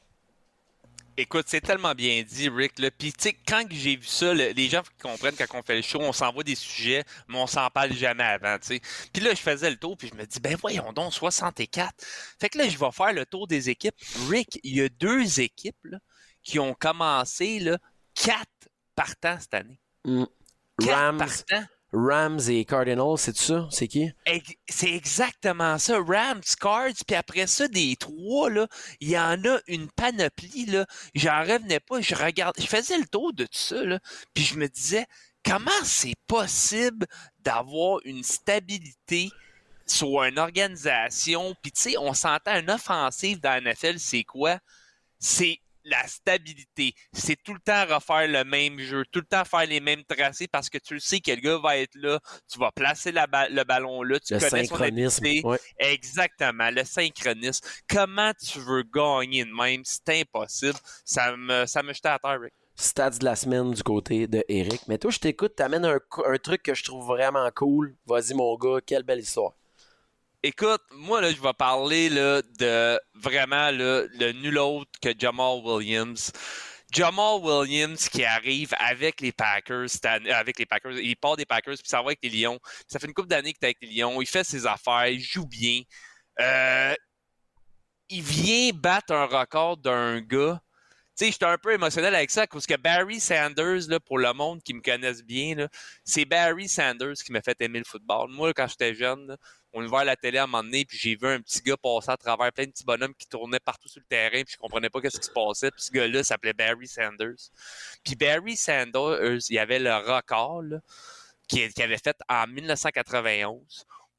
Écoute, c'est tellement bien dit, Rick. Là. Puis, tu sais, quand j'ai vu ça, le, les gens qui comprennent quand on fait le show, on s'envoie des sujets, mais on s'en parle jamais avant, tu sais. Puis là, je faisais le tour, puis je me dis, ben voyons donc, soixante-quatre. Fait que là, je vais faire le tour des équipes. Rick, il y a deux équipes là, qui ont commencé là, quatre partants cette année. Mm. Quatre Rams. partants. Rams et Cardinals, c'est ça? C'est qui? C'est exactement ça. Rams, Cards, puis après ça, des trois, là, il y en a une panoplie, là. J'en revenais pas. Je regarde, je faisais le tour de tout ça, là, puis je me disais, comment c'est possible d'avoir une stabilité sur une organisation? Puis tu sais, on s'entend, une offensive dans la N F L, c'est quoi? C'est la stabilité. C'est tout le temps refaire le même jeu, tout le temps faire les mêmes tracés parce que tu le sais que le gars va être là, tu vas placer la ba- le ballon là, tu le connais son habileté. Ouais. Exactement, le synchronisme. Comment tu veux gagner de même? C'est impossible. Ça me, ça me jetait à terre, Rick. Stats de la semaine du côté de Eric. Mais toi, je t'écoute, t'amènes un, un truc que je trouve vraiment cool. Vas-y, mon gars, quelle belle histoire. Écoute, moi, là, je vais parler là, de vraiment là, le nul autre que Jamal Williams. Jamal Williams qui arrive avec les Packers, avec les Packers, il part des Packers, puis ça va avec les Lions. Ça fait une couple d'années qu'il est avec les Lions. Il fait ses affaires, il joue bien. Euh, il vient battre un record d'un gars. Tu sais, j'étais un peu émotionnel avec ça, parce que Barry Sanders, là, pour le monde qui me connaisse bien, là, c'est Barry Sanders qui m'a fait aimer le football. Moi, là, quand j'étais jeune, là, on le voit à la télé à un moment donné, puis j'ai vu un petit gars passer à travers plein de petits bonhommes qui tournaient partout sur le terrain, puis je comprenais pas ce qui se passait. Puis ce gars-là s'appelait Barry Sanders. Puis Barry Sanders, il avait le record là, qu'il avait fait en dix-neuf cent quatre-vingt-onze,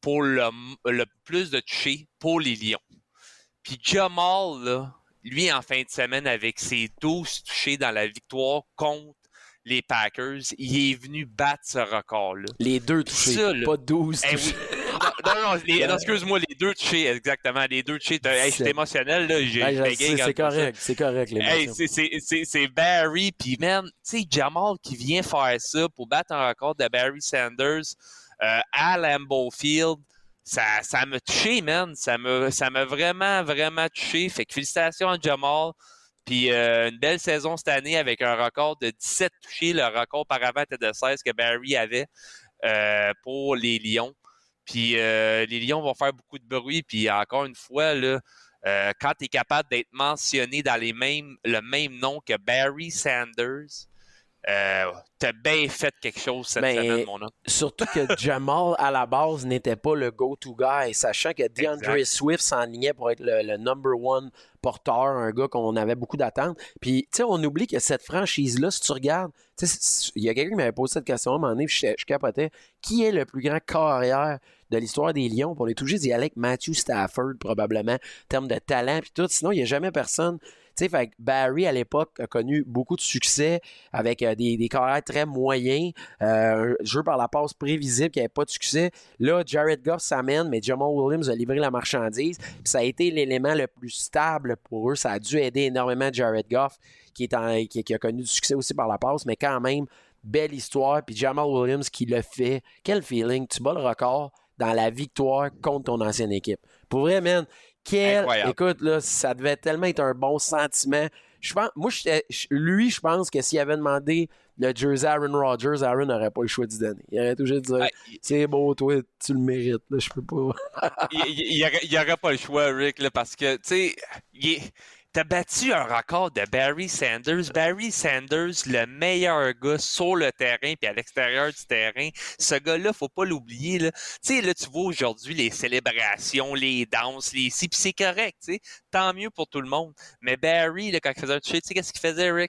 pour le, le plus de touchés pour les Lions. Puis Jamal, là, lui, en fin de semaine, avec ses douze touchés dans la victoire contre les Packers, il est venu battre ce record-là. Les deux touchés, ça, là, pas douze eh touchés. Oui. Non, non, non, les, non, excuse-moi, les deux touchés, exactement. Les deux touchés. Hey, je suis émotionnel, là. J'ai, hey, j'ai c'est, c'est correct, c'est correct, l'émotion. Hey, c'est, c'est, c'est, c'est Barry, puis man, tu sais, Jamal qui vient faire ça pour battre un record de Barry Sanders euh, à Lambeau Field. Ça, ça m'a touché, man. Ça m'a, ça m'a vraiment, vraiment touché. Fait que félicitations à Jamal. Puis euh, une belle saison cette année avec un record de dix-sept touchés. Le record auparavant était de seize que Barry avait euh, pour les Lions. Puis euh, les Lions vont faire beaucoup de bruit. Puis encore une fois, là, euh, quand tu es capable d'être mentionné dans les mêmes, le même nom que Barry Sanders, Euh, t'as bien fait quelque chose cette ben, semaine, mon homme. Surtout que Jamal, à la base, n'était pas le go-to guy, sachant que DeAndre exact. Swift s'enlignait pour être le, le number one porteur, un gars qu'on avait beaucoup d'attentes. Puis, tu sais, on oublie que cette franchise-là, si tu regardes, il y a quelqu'un qui m'avait posé cette question à un moment donné, puis je, je capotais, qui est le plus grand carrière de l'histoire des Lions? Puis on est obligé d'y aller avec Matthew Stafford, probablement, en termes de talent, puis tout. Sinon, il n'y a jamais personne... Tu sais, fait que Barry, à l'époque, a connu beaucoup de succès avec euh, des, des carrières très moyens, euh, un jeu par la passe prévisible qui n'avait pas de succès. Là, Jared Goff s'amène, mais Jamal Williams a livré la marchandise. Puis ça a été l'élément le plus stable pour eux. Ça a dû aider énormément Jared Goff, qui, est en, qui, qui a connu du succès aussi par la passe, mais quand même, belle histoire. Puis Jamal Williams qui le fait. Quel feeling! Tu bats le record dans la victoire contre ton ancienne équipe. Pour vrai, man... Quel, Incroyable. Écoute, là, ça devait tellement être un bon sentiment. Je pense, moi, je, lui, je pense que s'il avait demandé le jersey Aaron Rodgers, Aaron n'aurait pas le choix d'y donner. Il aurait toujours dit, c'est beau, toi, tu le mérites. Là, je peux pas. il n'y aurait, aurait pas le choix, Rick, là, parce que, tu sais, il est... T'as battu un record de Barry Sanders. Barry Sanders, le meilleur gars sur le terrain puis à l'extérieur du terrain. Ce gars-là, faut pas l'oublier. Tu sais, là, tu vois aujourd'hui les célébrations, les danses, les si, puis c'est correct, tu sais. Tant mieux pour tout le monde. Mais Barry, là, quand il faisait un toucher, tu sais qu'est-ce qu'il faisait, Rick?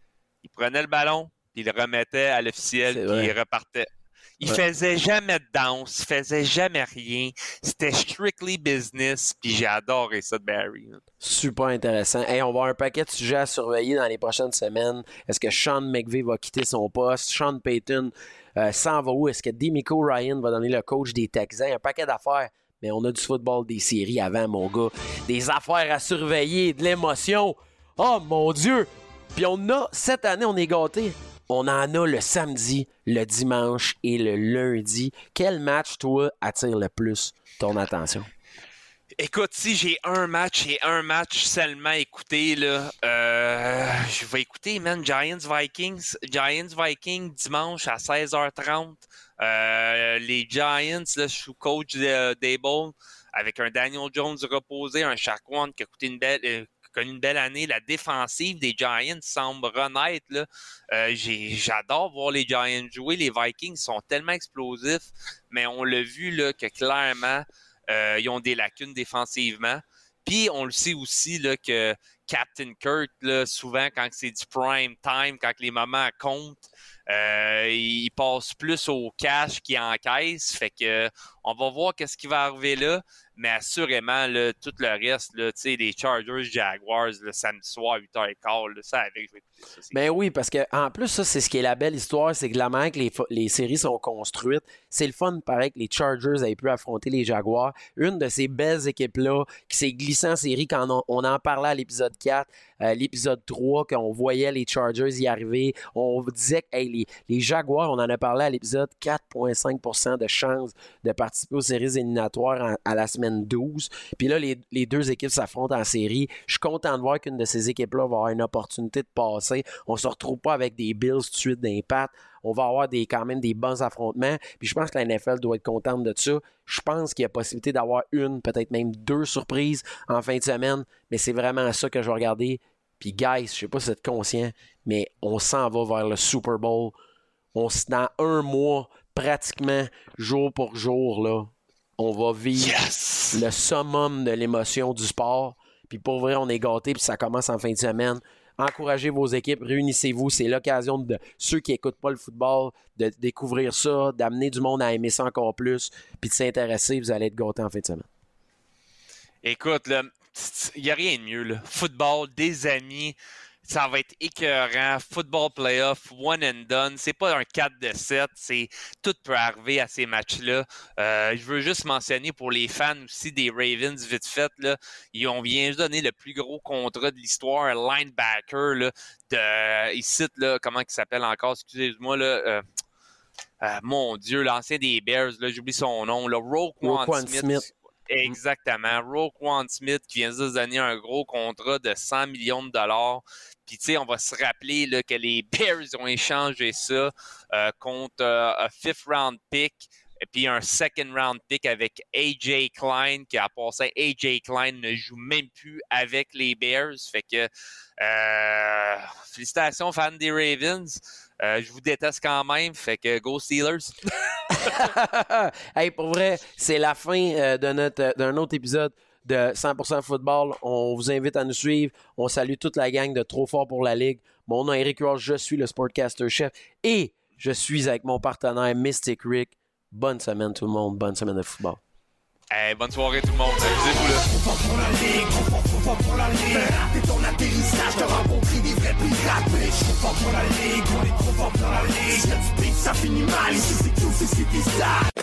Il prenait le ballon, puis il le remettait à l'officiel, puis il repartait. Il ouais. faisait jamais de danse, il faisait jamais rien. C'était strictly business, puis j'ai adoré ça de Barry. Super intéressant. Hey, on va avoir un paquet de sujets à surveiller dans les prochaines semaines. Est-ce que Sean McVay va quitter son poste? Sean Payton euh, s'en va où? Est-ce que DeMeco Ryan va donner le coach des Texans? Un paquet d'affaires. Mais on a du football, des séries avant, mon gars. Des affaires à surveiller, de l'émotion. Oh, mon Dieu! Puis on a, cette année, on est gâtés. On en a le samedi, le dimanche et le lundi. Quel match, toi, attire le plus ton attention? Écoute, si j'ai un match et un match seulement écouté, là, euh, je vais écouter, man, Giants-Vikings. Giants-Vikings, dimanche à seize heures trente. Euh, les Giants, là, je suis coach de Dable avec un Daniel Jones reposé, un Shaquan qui a coûté une belle... Euh, connu une belle année. La défensive des Giants semble renaître. Là. Euh, j'ai, j'adore voir les Giants jouer. Les Vikings sont tellement explosifs, mais on l'a vu là, que clairement, euh, ils ont des lacunes défensivement. Puis on le sait aussi là, que Captain Kirk, là, souvent quand c'est du prime time, quand les moments comptent, euh, il passe plus au cash qu'il encaisse. Fait que on va voir qu'est-ce qui va arriver là. Mais assurément, là, tout le reste, là, les Chargers, Jaguars, le samedi soir à huit heures quinze, là, ça avec, je vais écouter ça. Ben oui, parce que en plus, ça, c'est ce qui est la belle histoire, c'est que la manière que les, les séries sont construites, c'est le fun, pareil, que les Chargers aient pu affronter les Jaguars. Une de ces belles équipes-là qui s'est glissée en série quand on, on en parlait à l'épisode quatre, euh, l'épisode trois, qu'on voyait les Chargers y arriver. On disait que hey, les, les Jaguars, on en a parlé à l'épisode quatre virgule cinq pour cent de chances de participer aux séries éliminatoires en, à la semaine douze. Puis là, les, les deux équipes s'affrontent en série. Je suis content de voir qu'une de ces équipes-là va avoir une opportunité de passer. On ne se retrouve pas avec des Bills tout de suite d'impact. On va avoir des, quand même des bons affrontements. Puis je pense que la N F L doit être contente de ça. Je pense qu'il y a possibilité d'avoir une, peut-être même deux surprises en fin de semaine. Mais c'est vraiment ça que je vais regarder. Puis guys, je ne sais pas si vous êtes conscients, mais on s'en va vers le Super Bowl. On se dans un mois, pratiquement, jour pour jour, là. On va vivre yes! le summum de l'émotion du sport. Puis pour vrai, on est gâtés, puis ça commence en fin de semaine. encouragez vos équipes, réunissez-vous. C'est l'occasion de ceux qui n'écoutent pas le football de découvrir ça, d'amener du monde à aimer ça encore plus, puis de s'intéresser. Vous allez être gâtés en fin de semaine. Écoute, il n'y a rien de mieux. Là. Football, des amis, ça va être écœurant. Football playoff, one and done. C'est pas un quatre de sept. C'est, tout peut arriver à ces matchs-là. Euh, je veux juste mentionner pour les fans aussi des Ravens, vite fait, là, ils ont bien donné le plus gros contrat de l'histoire, un linebacker là, de, ici, là, comment il s'appelle encore, excusez-moi, là, euh, euh, mon Dieu, l'ancien des Bears, là, j'oublie son nom, là, Roquan Smith. Smith. Exactement. Roquan Smith qui vient de se donner un gros contrat de cent millions de dollars. Puis, tu sais, on va se rappeler là, que les Bears ont échangé ça euh, contre euh, un fifth round pick et puis un second round pick avec A J Klein qui a passé. A J Klein ne joue même plus avec les Bears. Fait que, euh, félicitations, fans des Ravens. Euh, je vous déteste quand même. Fait que, go Steelers! Hey, pour vrai, c'est la fin euh, de notre, d'un autre épisode de cent pour cent Football. On vous invite à nous suivre. On salue toute la gang de Trop Fort pour la Ligue. Mon nom est Eric Ross, je suis le Sportcaster Chef et je suis avec mon partenaire Mystic Rick. Bonne semaine tout le monde, bonne semaine de football. Hey, bonne soirée tout le monde. Amusez-vous là. Trop fort pour la ligue, trop fort, trop fort pour la ligue. Rater ton atterrissage, t'as rencontré des vrais pirates. Bitch, trop fort pour la ligue, on est trop fort pour la ligue. Y'a du beat, ça finit mal, ici c'est Q, c'est City Style.